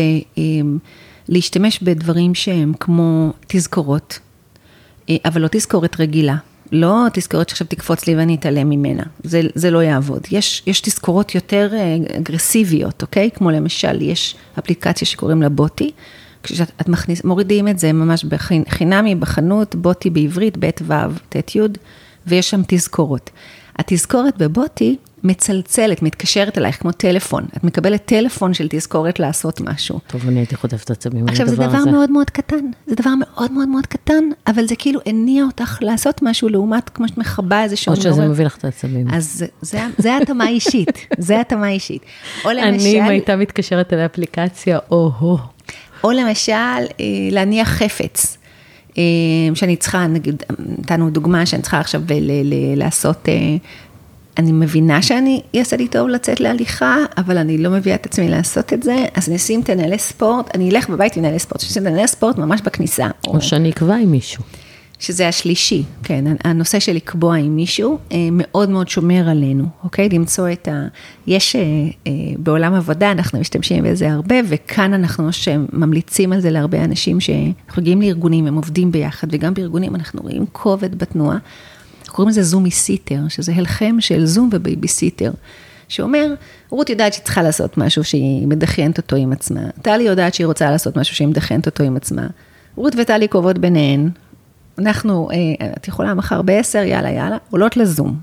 להשתמש בדברים שהם כמו תזכורות, אבל לא תזכורת רגילה. לא תזכורת שעכשיו תקפוץ לי ואני אתעלם ממנה, זה, זה לא יעבוד. יש, יש תזכורות יותר אגרסיביות, אוקיי? כמו למשל, יש אפליקציה שקוראים לה בוטי, כשאת מכניס, מורידים את זה ממש בחינמי, בחנות, בוטי בעברית, בית וו, תת יוד, ויש שם תזכורות. התזכורת בבוטי מצלצלת, מתקשרת אלייך כמו טלפון. את מקבלת טלפון של תזכורת לעשות משהו. טוב, אני הייתי חוטפת עצבים על הדבר הזה. עכשיו, זה דבר מאוד מאוד קטן. זה דבר מאוד מאוד מאוד קטן, אבל זה כאילו הניע אותך לעשות משהו לעומת כמו שאת מחבא איזשהו... או שזה מביא לך את העצבים. אז זה, זה התאמה אישית. זה התאמה אישית. או למשל... אני, אם הייתה מתקשרת על האפליקציה, או-הו. או למשל, להניח חפץ. שאני צריכה, נגיד, נתנו דוגמה שאני צריכה עכשיו לעשות... אני מבינה שאני אעשה לי טוב לצאת להליכה, אבל אני לא מביאה את עצמי לעשות את זה, אז נשים את הנהלי ספורט, אני אלך בבית עם נהלי ספורט, שנשים את הנהלי ספורט ממש בכניסה. או, או שאני אקבע עם מישהו. שזה השלישי, כן, הנושא של לקבוע עם מישהו, מאוד מאוד שומר עלינו, אוקיי? למצוא את ה... יש בעולם עבודה, אנחנו משתמשים בזה הרבה, וכאן אנחנו ממליצים על זה להרבה אנשים שאנחנו מגיעים לארגונים, הם עובדים ביחד, וגם בארגונים אנחנו רואים כובד בתנועה, קוראים לזה זומי-סיטר, שזה הלחם של זום ובייבי-סיטר, שאומר, רות יודעת שהיא צריכה לעשות משהו שהיא מדחיינת אותו עם עצמה, טלי יודעת שהיא רוצה לעשות משהו שהיא מדחיינת אותו עם עצמה, רות וטלי קובעות ביניהן, אנחנו, את יכולה מחר בעשר, יאללה, יאללה, עולות לזום,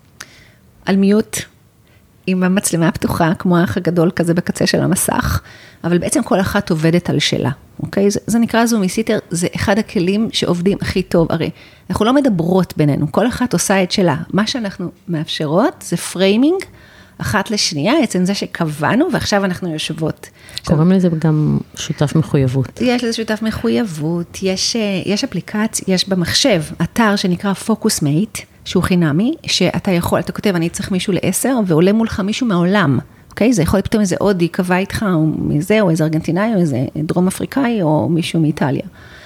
על מיוט, עם המצלמה הפתוחה, כמו האח הגדול כזה בקצה של המסך, אבל בעצם כל אחת עובדת על שלה, אוקיי? זה, זה נקרא זומי-סיטר, זה אחד הכלים שעובדים הכי טוב, הרי אנחנו לא מדברות בינינו, כל אחת עושה את שלה, מה שאנחנו מאפשרות זה פריימינג, אחת לשנייה, עצם זה שקבענו, ועכשיו אנחנו יושבות. קוראים לזה גם שותף מחויבות. יש לזה שותף מחויבות, יש, יש אפליקציה, יש במחשב, אתר שנקרא פוקוס-מייט, שהוא חינמי, שאתה יכול, אתה כותב, אני צריך מישהו לעשר, ועולה מולך מישהו מהעולם, אוקיי? זה יכול להיות פתאום איזה הודי, קבע איתך, או מזה, או איזה ארגנטינאי, או איזה דרום אפריקאי, או מישהו מאיטליה.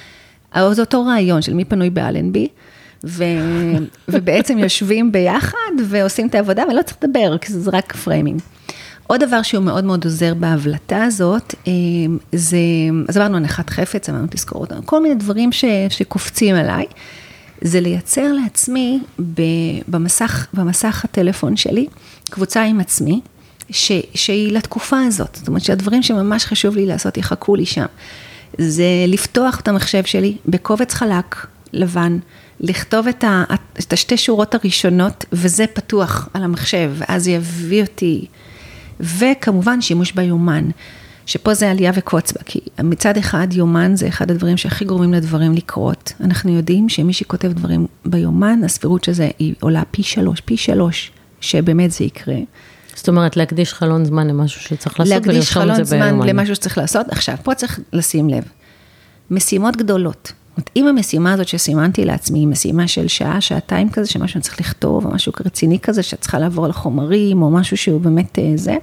זה אותו רעיון של מי פנוי באלנבי, ו... ובעצם יושבים ביחד, ועושים את העבודה, ולא צריך לדבר, כי זה רק פריימינג. עוד דבר שהוא מאוד מאוד עוזר בהבלטה הזאת, זה, אז עברנו הנחת חפץ, עברנו תזכורות, כל מיני דברים ש... שקופצים עליי, זה לייצר לעצמי במסך, במסך הטלפון שלי, קבוצה עם עצמי, ש, שהיא לתקופה הזאת, זאת אומרת שהדברים שממש חשוב לי לעשות יחכו לי שם, זה לפתוח את המחשב שלי בקובץ חלק, לבן, לכתוב את, ה, את השתי שורות הראשונות, וזה פתוח על המחשב, ואז יביא אותי, וכמובן שימוש ביומן, שפה זה עלייה וקוץ בה, כי מצד אחד יומן זה אחד הדברים שהכי גורמים לדברים לקרות. אנחנו יודעים שמי שכותב דברים ביומן, הסבירות שזה היא עולה פי שלוש, פי שלוש, שבאמת זה יקרה. זאת אומרת, להקדיש חלון זמן למשהו שצריך לעשות, להקדיש חלון זמן למשהו שצריך לעשות. עכשיו, פה צריך לשים לב. משימות גדולות. אם המשימה הזאת שסימנתי לעצמי, היא משימה של שעה, שעתיים כזה, שמשהו צריך לכתוב, או משהו רציני כזה, שאת צריכה לעבור על חומרים, או משהו שהוא באמת זה,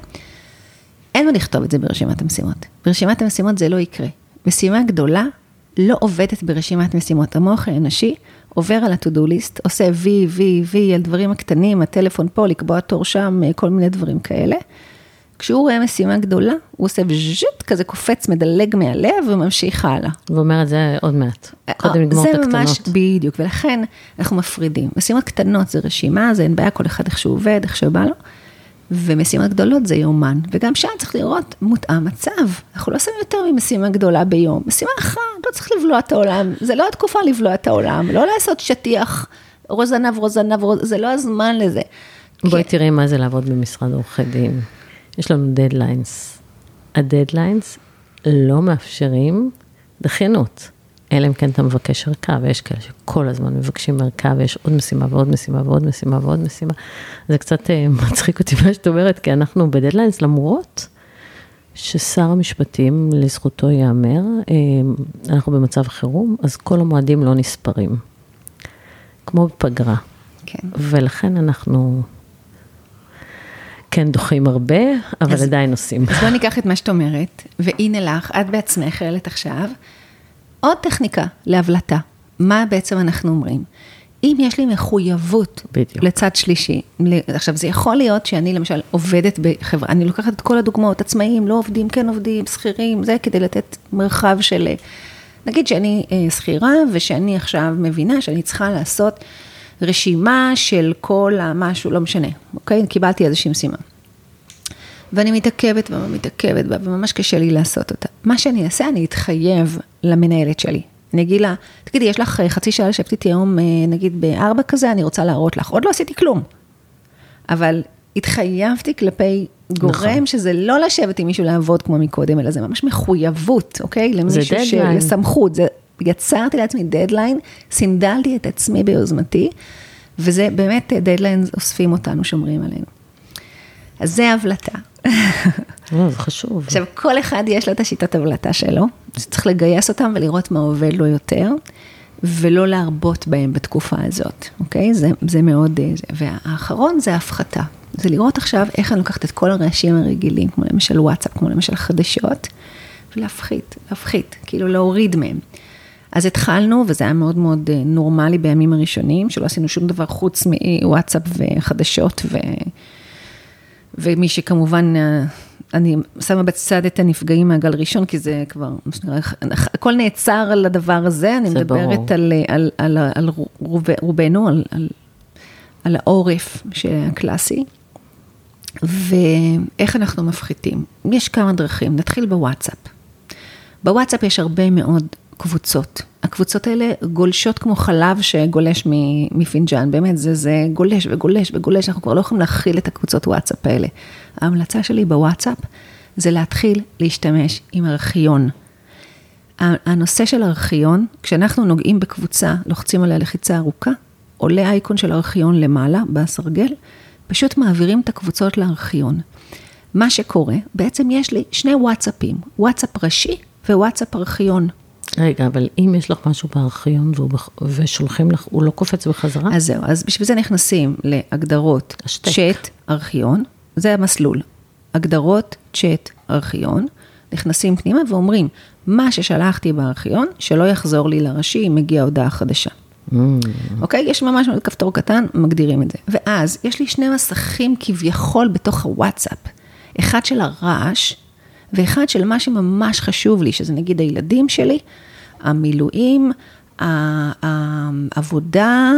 אין מה לכתוב את זה ברשימת המשימות. ברשימת המשימות זה לא יקרה. משימה גדולה לא עובדת ברשימת משימות. המוח האנושי עובר על ה-to-do list, עושה וי, וי, וי, על דברים הקטנים, הטלפון פה, לקבוע תור שם, כל מיני דברים כאלה. כשהוא רואה משימה גדולה, הוא עושה ז'ט, כזה קופץ, מדלג מהלב, וממשיך הלאה. ואומר את זה עוד מעט. קודם לגמור את הקטנות. זה ממש בדיוק, ולכן אנחנו מפרידים. משימות קטנות זה רשימה, זה אין בעיה, כל אחד איך שהוא עובד, איך שבא לו. ומשימות גדולות זה יומן, וגם שם צריך לראות מותאם מצב, אנחנו לא עושים יותר ממשימה גדולה ביום, משימה אחת, לא צריך לבלוע את העולם, זה לא התקופה לבלוע את העולם, לא לעשות שטיח, רוזנב, רוזנב, רוזנב, זה לא הזמן לזה. בואי תראי מה זה לעבוד במשרד עורכי דין, יש לנו דדליינס, הדדליינס לא מאפשרים דחיינות, אלא אם כן אתה מבקש ערכה, ויש כאלה שכל הזמן מבקשים ערכה, ויש עוד משימה ועוד משימה ועוד משימה ועוד משימה. זה קצת מצחיק אותי מה שאת אומרת, כי אנחנו בדדליינס, למרות ששר המשפטים לזכותו יאמר, אנחנו במצב חירום, אז כל המועדים לא נספרים. כמו בפגרה. כן. ולכן אנחנו כן דוחים הרבה, אבל אז, עדיין עושים. אז בוא ניקח את מה שאת אומרת, והנה לך, את בעצמך העלית עכשיו, עוד טכניקה להבלטה. מה בעצם אנחנו אומרים? אם יש לי מחויבות בדיוק. לצד שלישי, עכשיו זה יכול להיות שאני למשל עובדת בחברה, אני לוקחת את כל הדוגמאות, עצמאים, לא עובדים, כן עובדים, שכירים, זה כדי לתת מרחב של, נגיד שאני שכירה, ושאני עכשיו מבינה שאני צריכה לעשות רשימה של כל המשהו, לא משנה, אוקיי? קיבלתי איזושהי משימה. ואני מתעכבת ומתעכבת, וממש קשה לי לעשות אותה. מה שאני אעשה, אני אתחייב למנהלת שלי. אני אגיד לה, תגידי, יש לך חצי שעה לשבת איתי היום, נגיד בארבע כזה, אני רוצה להראות לך. עוד לא עשיתי כלום. אבל התחייבתי כלפי גורם, נכון. שזה לא לשבת עם מישהו לעבוד כמו מקודם, אלא זה ממש מחויבות, אוקיי? למישהו שלסמכות. זה, יצרתי לעצמי דדליין, סינדלתי את עצמי ביוזמתי, וזה באמת דדליין אוספים אותנו, שומרים עלינו. אז זה הבלטה. לא, זה חשוב. עכשיו, כל אחד יש לו את השיטת הבלטה שלו, צריך לגייס אותם ולראות מה עובד לו יותר, ולא להרבות בהם בתקופה הזאת, אוקיי? זה, זה מאוד, זה. והאחרון זה ההפחתה. זה לראות עכשיו איך אני לוקחת את כל הרעשים הרגילים, כמו למשל וואטסאפ, כמו למשל חדשות, ולהפחית, להפחית, כאילו להוריד מהם. אז התחלנו, וזה היה מאוד מאוד נורמלי בימים הראשונים, שלא עשינו שום דבר חוץ מוואטסאפ וחדשות, ו... ומי שכמובן, אני שמה בצד את הנפגעים מהגל ראשון, כי זה כבר, הכל נעצר על הדבר הזה, אני מדברת על, על, על, על רובנו, על, על, על העורף הקלאסי, ואיך אנחנו מפחיתים. יש כמה דרכים, נתחיל בוואטסאפ. בוואטסאפ יש הרבה מאוד קבוצות. הקבוצות האלה גולשות כמו חלב שגולש מפינג'אן, באמת זה, זה גולש וגולש וגולש, אנחנו כבר לא יכולים להכיל את הקבוצות וואטסאפ האלה. ההמלצה שלי בוואטסאפ זה להתחיל להשתמש עם ארכיון. הנושא של ארכיון, כשאנחנו נוגעים בקבוצה, לוחצים עליה לחיצה ארוכה, עולה אייקון של ארכיון למעלה בסרגל, פשוט מעבירים את הקבוצות לארכיון. מה שקורה, בעצם יש לי שני וואטסאפים, וואטסאפ ראשי וואטסאפ ארכיון. רגע, אבל אם יש לך משהו בארכיון ושולחים לך, הוא לא קופץ בחזרה? אז זהו, אז בשביל זה נכנסים להגדרות צ'אט ארכיון, זה המסלול. הגדרות צ'אט ארכיון, נכנסים פנימה ואומרים, מה ששלחתי בארכיון, שלא יחזור לי לראשי, אם מגיעה הודעה חדשה. אוקיי? יש ממש כפתור קטן, מגדירים את זה. ואז יש לי שני מסכים כביכול בתוך הוואטסאפ. אחד של הרעש, ואחד של מה שממש חשוב לי, שזה נגיד הילדים שלי, המילואים, העבודה,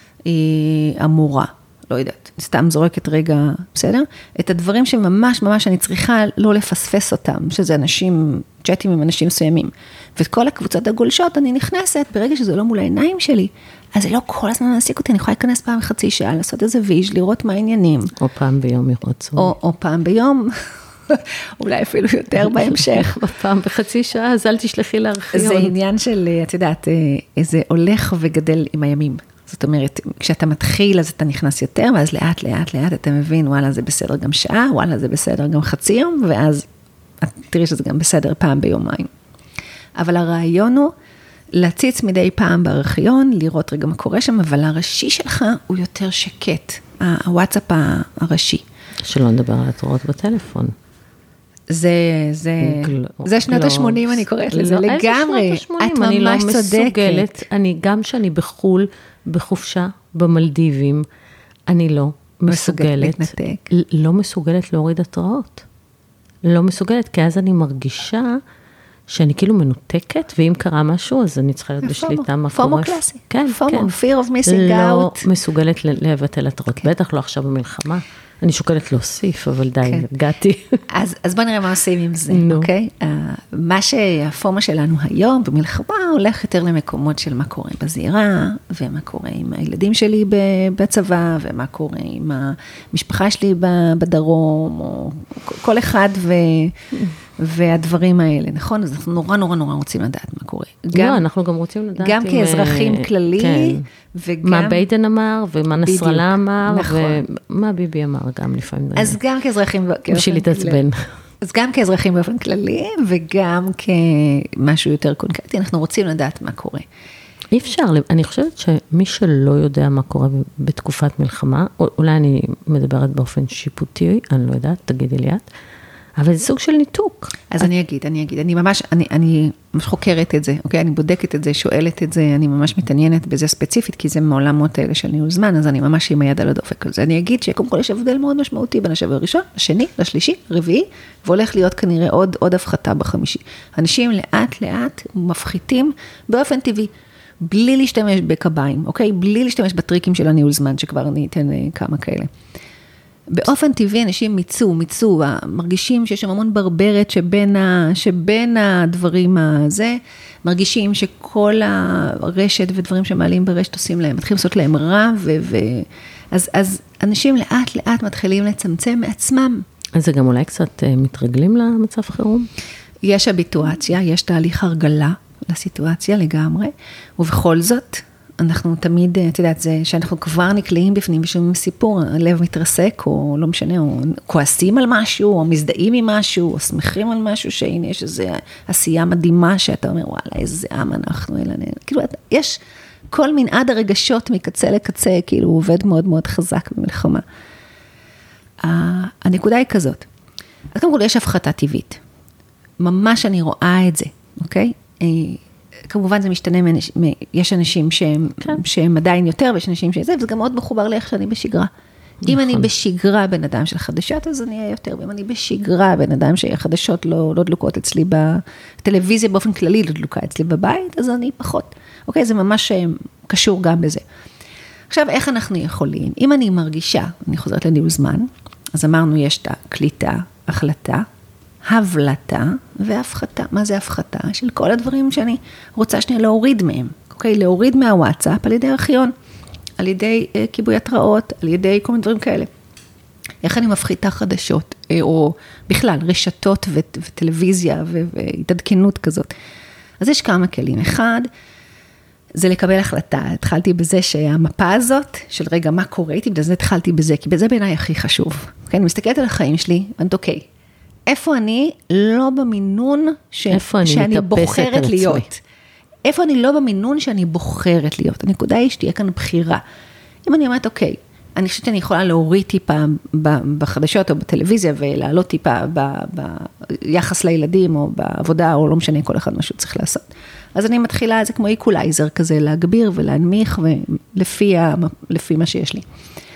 המורה, לא יודעת, סתם זורקת רגע, בסדר? את הדברים שממש ממש אני צריכה לא לפספס אותם, שזה אנשים, צ'אטים עם אנשים מסוימים. ואת כל הקבוצות הגולשות אני נכנסת, ברגע שזה לא מול העיניים שלי, אז זה לא כל הזמן להסיק אותי, אני יכולה להיכנס פעם חצי שעה, לעשות איזה ויז', לראות מה העניינים. או פעם ביום ירצו. או, או פעם ביום. אולי אפילו יותר בהמשך. בפעם בחצי שעה, אז אל תשלחי לארכיון. זה עניין של, את יודעת, זה הולך וגדל עם הימים. זאת אומרת, כשאתה מתחיל, אז אתה נכנס יותר, ואז לאט, לאט, לאט, אתה מבין, וואלה, זה בסדר גם שעה, וואלה, זה בסדר גם חצי יום, ואז תראי שזה גם בסדר פעם ביומיים. אבל הרעיון הוא להציץ מדי פעם בארכיון, לראות רגע מה קורה שם, אבל הראשי שלך הוא יותר שקט, הוואטסאפ הראשי. שלא נדבר על התראות בטלפון. זה, זה, זה שנות ה-שמונים, אני קוראת לזה לגמרי. את ממש צודקת. אני, גם שאני בחול, בחופשה, במלדיבים, אני לא מסוגלת, לא מסוגלת להוריד התראות. לא מסוגלת, כי אז אני מרגישה שאני כאילו מנותקת, ואם קרה משהו, אז אני צריכה להיות בשליטה מה קורה. פומו קלאסי. כן, כן. fear of missing out. לא מסוגלת לבטל התראות, בטח לא עכשיו במלחמה. אני שוקלת להוסיף, אבל די, הגעתי. אז, אז בוא נראה מה עושים עם זה, אוקיי? מה שהפורמה שלנו היום במלחמה הולך יותר למקומות של מה קורה בזירה, ומה קורה עם הילדים שלי בצבא, ומה קורה עם המשפחה שלי בדרום, או כל אחד ו... והדברים האלה, נכון? אז אנחנו נורא נורא נורא רוצים לדעת מה קורה. גם, לא, אנחנו גם רוצים לדעת. גם עם, כאזרחים כללי, כן. וגם... מה ביידן אמר, ומה נסראללה אמר, נכון. ומה ביבי אמר גם לפעמים. אז גם כאזרחים... בשביל להתעצבן. אז גם כאזרחים באופן כללי, וגם כמשהו יותר קונקרטי, אנחנו רוצים לדעת מה קורה. אי אפשר, אני חושבת שמי שלא יודע מה קורה בתקופת מלחמה, אולי אני מדברת באופן שיפוטי, אני לא יודעת, תגידי לי את, אבל זה סוג של ניתוק. אז אני אגיד, אני אגיד, אני ממש, אני, אני ממש חוקרת את זה, אוקיי? אני בודקת את זה, שואלת את זה, אני ממש מתעניינת בזה ספציפית, כי זה מעולמות האלה של ניהול זמן, אז אני ממש עם היד על הדופק על זה. אני אגיד שקודם כל יש הבדל מאוד משמעותי בין השבוע הראשון, לשני, לשלישי, רביעי, והולך להיות כנראה עוד, עוד הפחתה בחמישי. אנשים לאט לאט מפחיתים באופן טבעי. בלי להשתמש בקביים, אוקיי? בלי להשתמש בטריקים של הניהול זמן, שכבר אני אתן כמה כאלה. באופן טבעי אנשים מיצו, מיצו, מרגישים שיש שם המון ברברת שבין, ה, שבין הדברים הזה, מרגישים שכל הרשת ודברים שמעלים ברשת עושים להם, מתחילים לעשות להם רע, ו, ו, אז, אז אנשים לאט לאט מתחילים לצמצם מעצמם. אז זה גם אולי קצת מתרגלים למצב חירום? יש הביטואציה, יש תהליך הרגלה לסיטואציה לגמרי, ובכל זאת, אנחנו תמיד, את יודעת, זה שאנחנו כבר נקלעים בפנים, ושומעים סיפור, הלב מתרסק, או לא משנה, או כועסים על משהו, או מזדהים עם משהו, או שמחים על משהו, שהנה יש איזו עשייה מדהימה, שאתה אומר, וואלה, איזה עם אנחנו, אלא, כאילו, יש כל מנעד הרגשות מקצה לקצה, כאילו, הוא עובד מאוד מאוד חזק במלחמה. הנקודה היא כזאת, אז קודם כל, יש הפחתה טבעית. ממש אני רואה את זה, אוקיי? כמובן זה משתנה, יש אנשים שהם, כן. שהם עדיין יותר, ויש אנשים שזה, וזה גם מאוד מחובר לאיך שאני בשגרה. נכון. אם אני בשגרה בן אדם של חדשות, אז אני אהיה יותר, ואם אני בשגרה בן אדם שהחדשות לא, לא דלוקות אצלי בטלוויזיה, באופן כללי לא דלוקה אצלי בבית, אז אני פחות. אוקיי, זה ממש קשור גם בזה. עכשיו, איך אנחנו יכולים? אם אני מרגישה, אני חוזרת לניהול זמן, אז אמרנו, יש את הקליטה, החלטה, הבלטה והפחתה. מה זה הפחתה? של כל הדברים שאני רוצה שנייה להוריד מהם. אוקיי? להוריד מהוואטסאפ על ידי ארכיון, על ידי אה, כיבוי התראות, על ידי כל מיני דברים כאלה. איך אני מפחיתה חדשות, אה, או בכלל רשתות ו- וטלוויזיה ו- והתעדכנות כזאת. אז יש כמה כלים. אחד, זה לקבל החלטה. התחלתי בזה שהמפה הזאת, של רגע מה קורה איתי, בזה התחלתי בזה, כי בזה בעיניי הכי חשוב. אוקיי? אני מסתכלת על החיים שלי, ואני אוקיי, איפה אני לא במינון ש... שאני בוחרת להיות. איפה אני לא במינון שאני בוחרת להיות. הנקודה היא שתהיה כאן בחירה. אם אני אומרת, אוקיי, אני חושבת שאני יכולה להוריד טיפה בחדשות או בטלוויזיה, ולעלות טיפה ביחס לילדים או בעבודה, או לא משנה, כל אחד משהו צריך לעשות. אז אני מתחילה, זה כמו איקולייזר כזה, להגביר ולהנמיך, ולפי לפי מה שיש לי.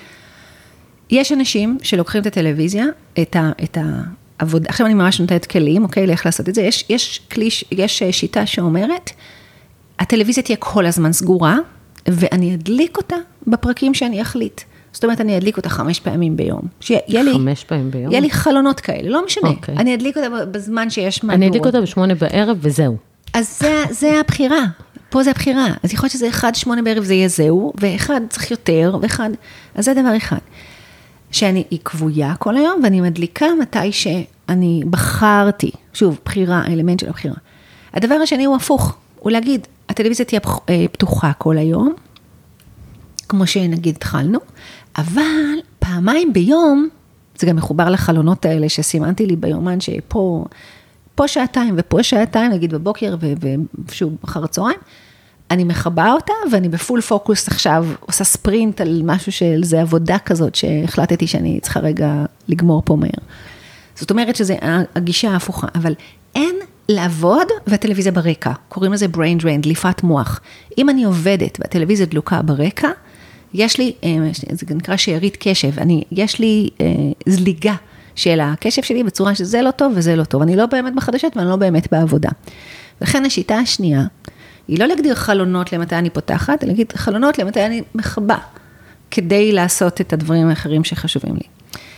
יש אנשים שלוקחים את הטלוויזיה, את ה... את ה עבודה, עכשיו אני ממש נותנת כלים, אוקיי, לאיך לעשות את זה. יש, יש כלי, יש שיטה שאומרת, הטלוויזיה תהיה כל הזמן סגורה, ואני אדליק אותה בפרקים שאני אחליט. זאת אומרת, אני אדליק אותה חמש פעמים ביום. שיהיה לי, חמש פעמים ביום? יהיה לי חלונות כאלה, לא משנה. אוקיי. אני אדליק אותה בזמן שיש מהדורות. אני אדליק אותה בשמונה בערב וזהו. אז זה, זה הבחירה. פה זה הבחירה. אז יכול להיות שזה אחד, שמונה בערב זה יהיה זהו, ואחד צריך יותר, ואחד, אז זה דבר אחד. שאני קבויה כל היום, ואני מדליקה מתי שאני בחרתי, שוב, בחירה, האלמנט של הבחירה. הדבר השני הוא הפוך, הוא להגיד, הטלוויזיה תהיה פתוחה כל היום, כמו שנגיד התחלנו, אבל פעמיים ביום, זה גם מחובר לחלונות האלה שסימנתי לי ביומן, שפה פה שעתיים ופה שעתיים, נגיד בבוקר ושוב אחר הצהריים, אני מחבאה אותה, ואני בפול פוקוס עכשיו, עושה ספרינט על משהו של זה עבודה כזאת, שהחלטתי שאני צריכה רגע לגמור פה מהר. זאת אומרת שזה הגישה ההפוכה, אבל אין לעבוד והטלוויזיה ברקע, קוראים לזה brain drain, דליפת מוח. אם אני עובדת והטלוויזיה דלוקה ברקע, יש לי, זה נקרא שארית קשב, אני, יש לי זליגה של הקשב שלי בצורה שזה לא טוב וזה לא טוב. אני לא באמת בחדשות ואני לא באמת בעבודה. ולכן השיטה השנייה, היא לא להגדיר חלונות למתי אני פותחת, אלא להגיד חלונות למתי אני מחבא, כדי לעשות את הדברים האחרים שחשובים לי.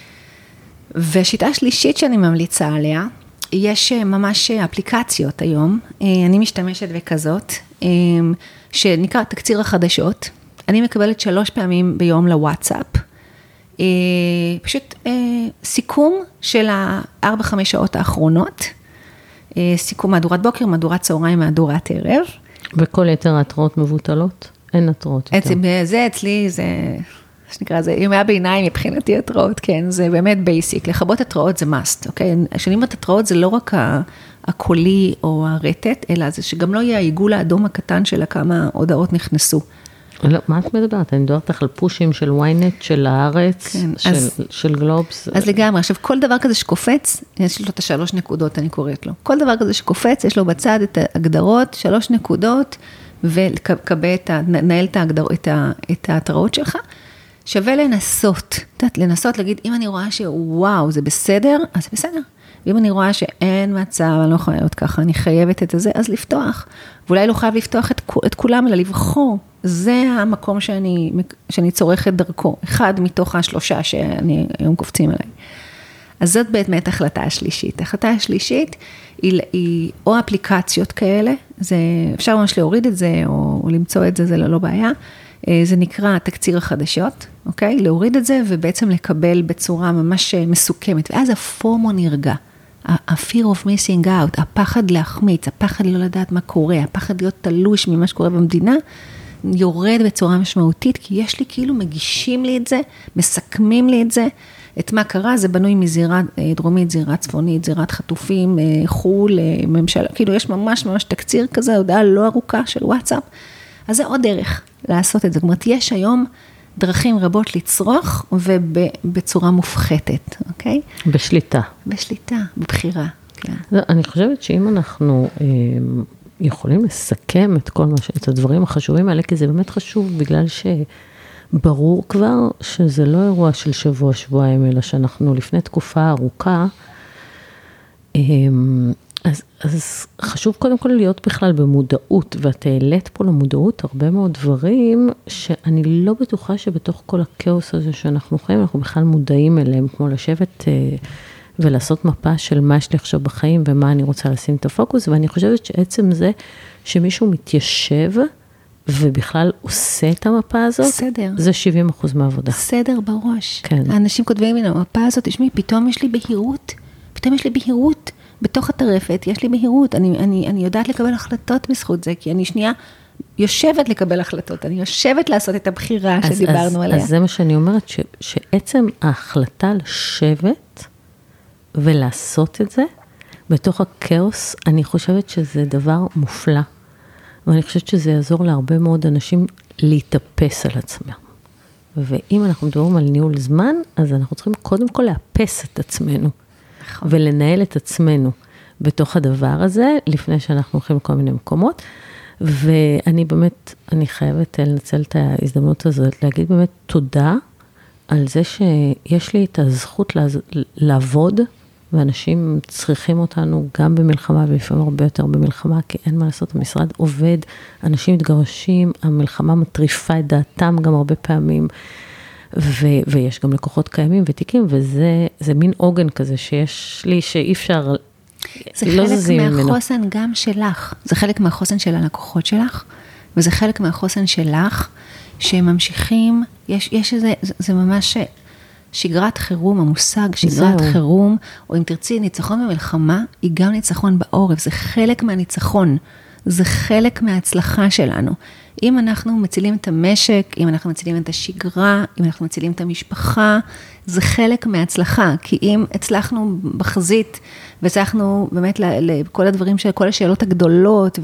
והשיטה השלישית שאני ממליצה עליה, יש ממש אפליקציות היום, אני משתמשת בכזאת, שנקרא תקציר החדשות, אני מקבלת שלוש פעמים ביום לוואטסאפ, פשוט סיכום של הארבע חמש שעות האחרונות, סיכום מהדורת בוקר, מהדורת צהריים, מהדורת ערב. וכל יתר התראות מבוטלות? אין התראות יותר. זה אצלי, זה, שנקרא, זה ימי הביניים מבחינתי התראות, כן, זה באמת בייסיק. לחבות התראות זה must, אוקיי? כשאני אומרת התראות זה לא רק הקולי או הרטט, אלא זה שגם לא יהיה העיגול האדום הקטן של כמה הודעות נכנסו. לא, מה את מדברת? אני מדברת על פושים של וויינט, של הארץ, כן, של, אז, של גלובס. אז לגמרי, עכשיו כל דבר כזה שקופץ, יש לו את השלוש נקודות, אני קוראת לו. כל דבר כזה שקופץ, יש לו בצד את ההגדרות, שלוש נקודות, ונהל את, את ההתראות שלך. שווה לנסות, לנסות להגיד, אם אני רואה שוואו, זה בסדר, אז זה בסדר. ואם אני רואה שאין מצב, אני לא יכולה להיות ככה, אני חייבת את זה, אז לפתוח. ואולי לא חייב לפתוח את, את כולם, אלא לבחור. זה המקום שאני, שאני צורכת דרכו. אחד מתוך השלושה שאני היום קופצים עליי. אז זאת באמת החלטה השלישית. החלטה השלישית היא, היא או אפליקציות כאלה, זה, אפשר ממש להוריד את זה, או, או למצוא את זה, זה לא, לא בעיה. זה נקרא תקציר החדשות, אוקיי? להוריד את זה ובעצם לקבל בצורה ממש מסוכמת. ואז הפורמו נרגע. ה-fear of missing out, הפחד להחמיץ, הפחד לא לדעת מה קורה, הפחד להיות תלוש ממה שקורה במדינה, יורד בצורה משמעותית, כי יש לי כאילו מגישים לי את זה, מסכמים לי את זה, את מה קרה, זה בנוי מזירה דרומית, זירה צפונית, זירת חטופים, חול, ממשלה, כאילו יש ממש ממש תקציר כזה, הודעה לא ארוכה של וואטסאפ, אז זה עוד דרך לעשות את זה, זאת אומרת, יש היום דרכים רבות לצרוך, ובצורה מופחתת, אוקיי? בשליטה. בשליטה, בבחירה, כן. אני חושבת שאם אנחנו יכולים לסכם את כל מה, את הדברים החשובים האלה, כי זה באמת חשוב, בגלל שברור כבר שזה לא אירוע של שבוע, שבועיים, אלא שאנחנו לפני תקופה ארוכה, אז, אז חשוב קודם כל להיות בכלל במודעות, ואת העלית פה למודעות הרבה מאוד דברים, שאני לא בטוחה שבתוך כל הכאוס הזה שאנחנו חיים, אנחנו בכלל מודעים אליהם, כמו לשבת ולעשות מפה של מה יש לי עכשיו בחיים, ומה אני רוצה לשים את הפוקוס, ואני חושבת שעצם זה שמישהו מתיישב, ובכלל עושה את המפה הזאת, סדר. זה שבעים אחוז מהעבודה. סדר בראש. כן. האנשים כותבים מן המפה הזאת, תשמעי, פתאום יש לי בהירות, פתאום יש לי בהירות, בתוך הטרפת, יש לי בהירות, אני, אני, אני יודעת לקבל החלטות בזכות זה, כי אני שנייה יושבת לקבל החלטות, אני יושבת לעשות את הבחירה אז, שדיברנו אז, עליה. אז זה מה שאני אומרת, ש, שעצם ההחלטה לשבת ולעשות את זה, בתוך הכאוס, אני חושבת שזה דבר מופלא, ואני חושבת שזה יעזור להרבה מאוד אנשים להתאפס על עצמם. ואם אנחנו מדברים על ניהול זמן, אז אנחנו צריכים קודם כל לאפס את עצמנו, נכון. ולנהל את עצמנו בתוך הדבר הזה, לפני שאנחנו הולכים לכל מיני מקומות, ואני באמת, אני חייבת לנצל את ההזדמנות הזאת, להגיד באמת תודה על זה שיש לי את הזכות לעבוד, ואנשים צריכים אותנו גם במלחמה, ולפעמים הרבה יותר במלחמה, כי אין מה לעשות, המשרד עובד, אנשים מתגרשים, המלחמה מטריפה את דעתם גם הרבה פעמים, ו- ויש גם לקוחות קיימים ותיקים, וזה זה מין עוגן כזה שיש לי, שאי אפשר, זה לא חלק מהחוסן ממנו. גם שלך, זה חלק מהחוסן של הלקוחות שלך, וזה חלק מהחוסן שלך, שהם ממשיכים, יש, יש איזה, זה, זה ממש שגרת חירום, המושג שגרת זהו. חירום, או אם תרצי, ניצחון במלחמה, היא גם ניצחון בעורף, זה חלק מהניצחון, זה חלק מההצלחה שלנו. אם אנחנו מצילים את המשק, אם אנחנו מצילים את השגרה, אם אנחנו מצילים את המשפחה, זה חלק מההצלחה, כי אם הצלחנו בחזית, והצלחנו באמת לכל הדברים, כל השאלות הגדולות,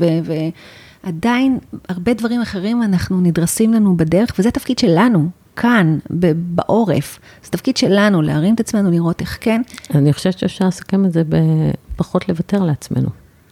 ועדיין הרבה דברים אחרים אנחנו נדרסים לנו בדרך, וזה תפקיד שלנו, כאן, בעורף. זה תפקיד שלנו, להרים את עצמנו, לראות איך כן. אני חושבת שאפשר לסכם את זה בפחות לוותר לעצמנו.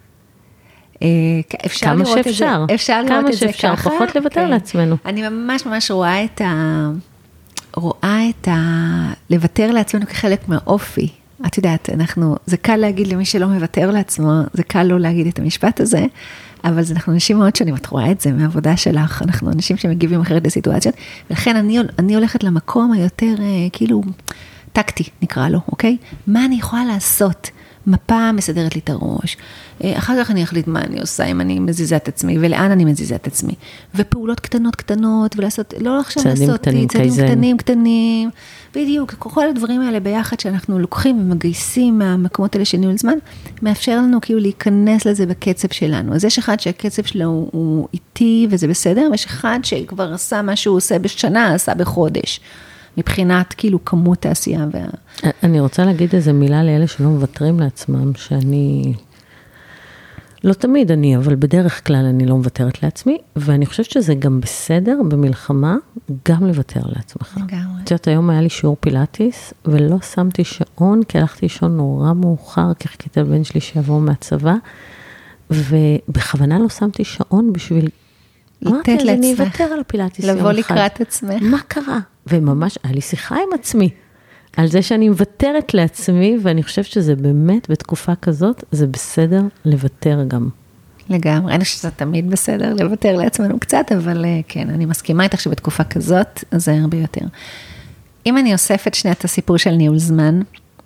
אפשר לראות את זה, אפשר לראות את זה ככה. פחות לוותר לעצמנו. אני ממש ממש רואה את ה... רואה את ה... לוותר לעצמנו כחלק מהאופי. את יודעת, אנחנו... זה קל להגיד למי שלא מוותר לעצמו, זה קל לא להגיד את המשפט הזה, אבל אנחנו אנשים מאוד שונים, את רואה את זה מהעבודה שלך, אנחנו אנשים שמגיבים אחרת לסיטואציות, ולכן אני, אני הולכת למקום היותר, כאילו, טקטי נקרא לו, אוקיי? מה אני יכולה לעשות? מפה מסדרת לי את הראש, אחר כך אני אחליט מה אני עושה, אם אני מזיזה את עצמי, ולאן אני מזיזה את עצמי, ופעולות קטנות קטנות, ולעשות, לא עכשיו לעשות, צעדים קטנים קטנים, בדיוק, כל הדברים האלה ביחד, שאנחנו לוקחים ומגייסים מהמקומות האלה של ניהול זמן, מאפשר לנו כאילו להיכנס לזה בקצב שלנו, אז יש אחד שהקצב שלו הוא, הוא איטי, וזה בסדר, ויש אחד שכבר עשה מה שהוא עושה בשנה, עשה בחודש, מבחינת כאילו כמות העשייה. וה... אני רוצה להגיד איזה מילה לאלה שלא מוותרים לעצמם, שאני, לא תמיד אני, אבל בדרך כלל אני לא מוותרת לעצמי, ואני חושבת שזה גם בסדר במלחמה, גם לוותר לעצמך. לגמרי. את יודעת, היום היה לי שיעור פילאטיס, ולא שמתי שעון, כי הלכתי לישון נורא מאוחר, כי חיכיתי לבן שלי שיבוא מהצבא, ובכוונה לא שמתי שעון בשביל... לתת לעצמך. אני אוותר על הפילאטיס יום אחד. לבוא לקראת עצמך. מה קרה? וממש, היה לי שיחה עם עצמי. על זה שאני מוותרת לעצמי, ואני חושבת שזה באמת, בתקופה כזאת, זה בסדר לוותר גם. לגמרי, אני חושבת שזה תמיד בסדר לוותר לעצמנו קצת, אבל כן, אני מסכימה איתך שבתקופה כזאת, זה הרבה יותר. אם אני אוספת שנייה את הסיפור של ניהול זמן,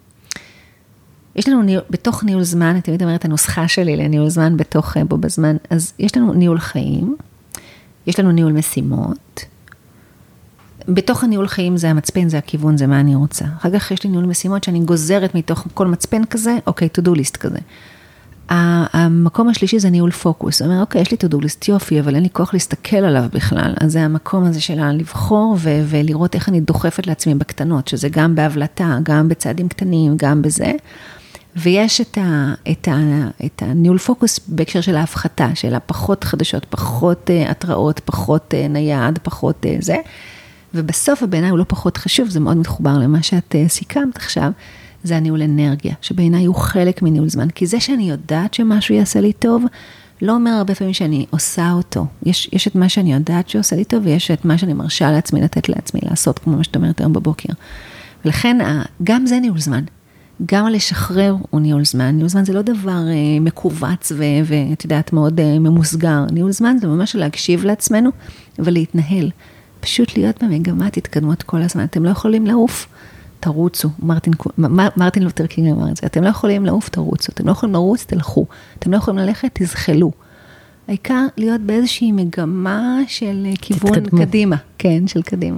יש לנו ניהול, בתוך ניהול זמן, אני תמיד אומרת, הנוסחה שלי לניהול זמן בתוך בו בזמן, אז יש לנו ניהול חיים, יש לנו ניהול משימות, בתוך הניהול חיים זה המצפן, זה הכיוון, זה מה אני רוצה. אחר כך יש לי ניהול משימות שאני גוזרת מתוך כל מצפן כזה, אוקיי, to do list כזה. המקום השלישי זה ניהול פוקוס, זאת אומרת, אוקיי, יש לי to do list יופי, אבל אין לי כוח להסתכל עליו בכלל, אז זה המקום הזה שלה לבחור ו- ולראות איך אני דוחפת לעצמי בקטנות, שזה גם בהבלטה, גם בצעדים קטנים, גם בזה, ויש את, ה- את, ה- את הניהול פוקוס בהקשר של ההפחתה, של הפחות חדשות, פחות uh, התראות, פחות uh, נייד, פחות uh, זה, ובסוף בעיניי הוא לא פחות חשוב, זה מאוד מתחובר למה שאת uh, סיכמת עכשיו, זה הניהול אנרגיה, שבעיניי הוא חלק מניהול זמן, כי זה שאני יודעת שמשהו יעשה לי טוב, לא אומר הרבה פעמים שאני עושה אותו. יש, יש את מה שאני יודעת שעושה לי טוב, ויש את מה שאני מרשה לעצמי, לתת לעצמי לעשות, כמו מה שאת אומרת היום בבוקר. ולכן, גם זה ניהול זמן. גם לשחרר הוא ניהול זמן. ניהול זמן זה לא דבר אה, מקובץ, ואת יודעת, מאוד אה, ממוסגר. ניהול זמן זה ממש להקשיב לעצמנו, ולהתנהל. פשוט להיות במגמת התקדמות כל הזמן. אתם לא יכולים לעוף. תרוצו, מרטין, מרטין לותר קינג אמר את זה, אתם לא יכולים לעוף, תרוצו, אתם לא יכולים לרוץ, תלכו, אתם לא יכולים ללכת, תזחלו. העיקר להיות באיזושהי מגמה של כיוון תתקדמו. קדימה, כן, של קדימה.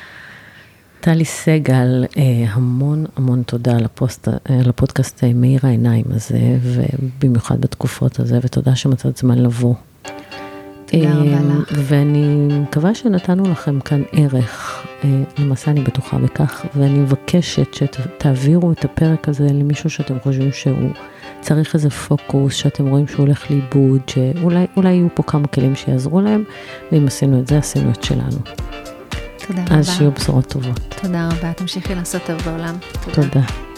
טלי סגל, המון המון תודה על, הפוסט, על הפודקאסט מאיר העיניים הזה, ובמיוחד בתקופות הזה, ותודה שמצאת זמן לבוא. תודה רבה לך. ואני מקווה שנתנו לכם כאן ערך, למעשה אני בטוחה בכך, ואני מבקשת שתעבירו את הפרק הזה למישהו שאתם חושבים שהוא צריך איזה פוקוס, שאתם רואים שהוא הולך לאיבוד, שאולי אולי יהיו פה כמה כלים שיעזרו להם, ואם עשינו את זה, עשינו את שלנו. תודה רבה. אז שיהיו בשורות טובות. תודה רבה, תמשיכי לעשות טוב בעולם. תודה. תודה.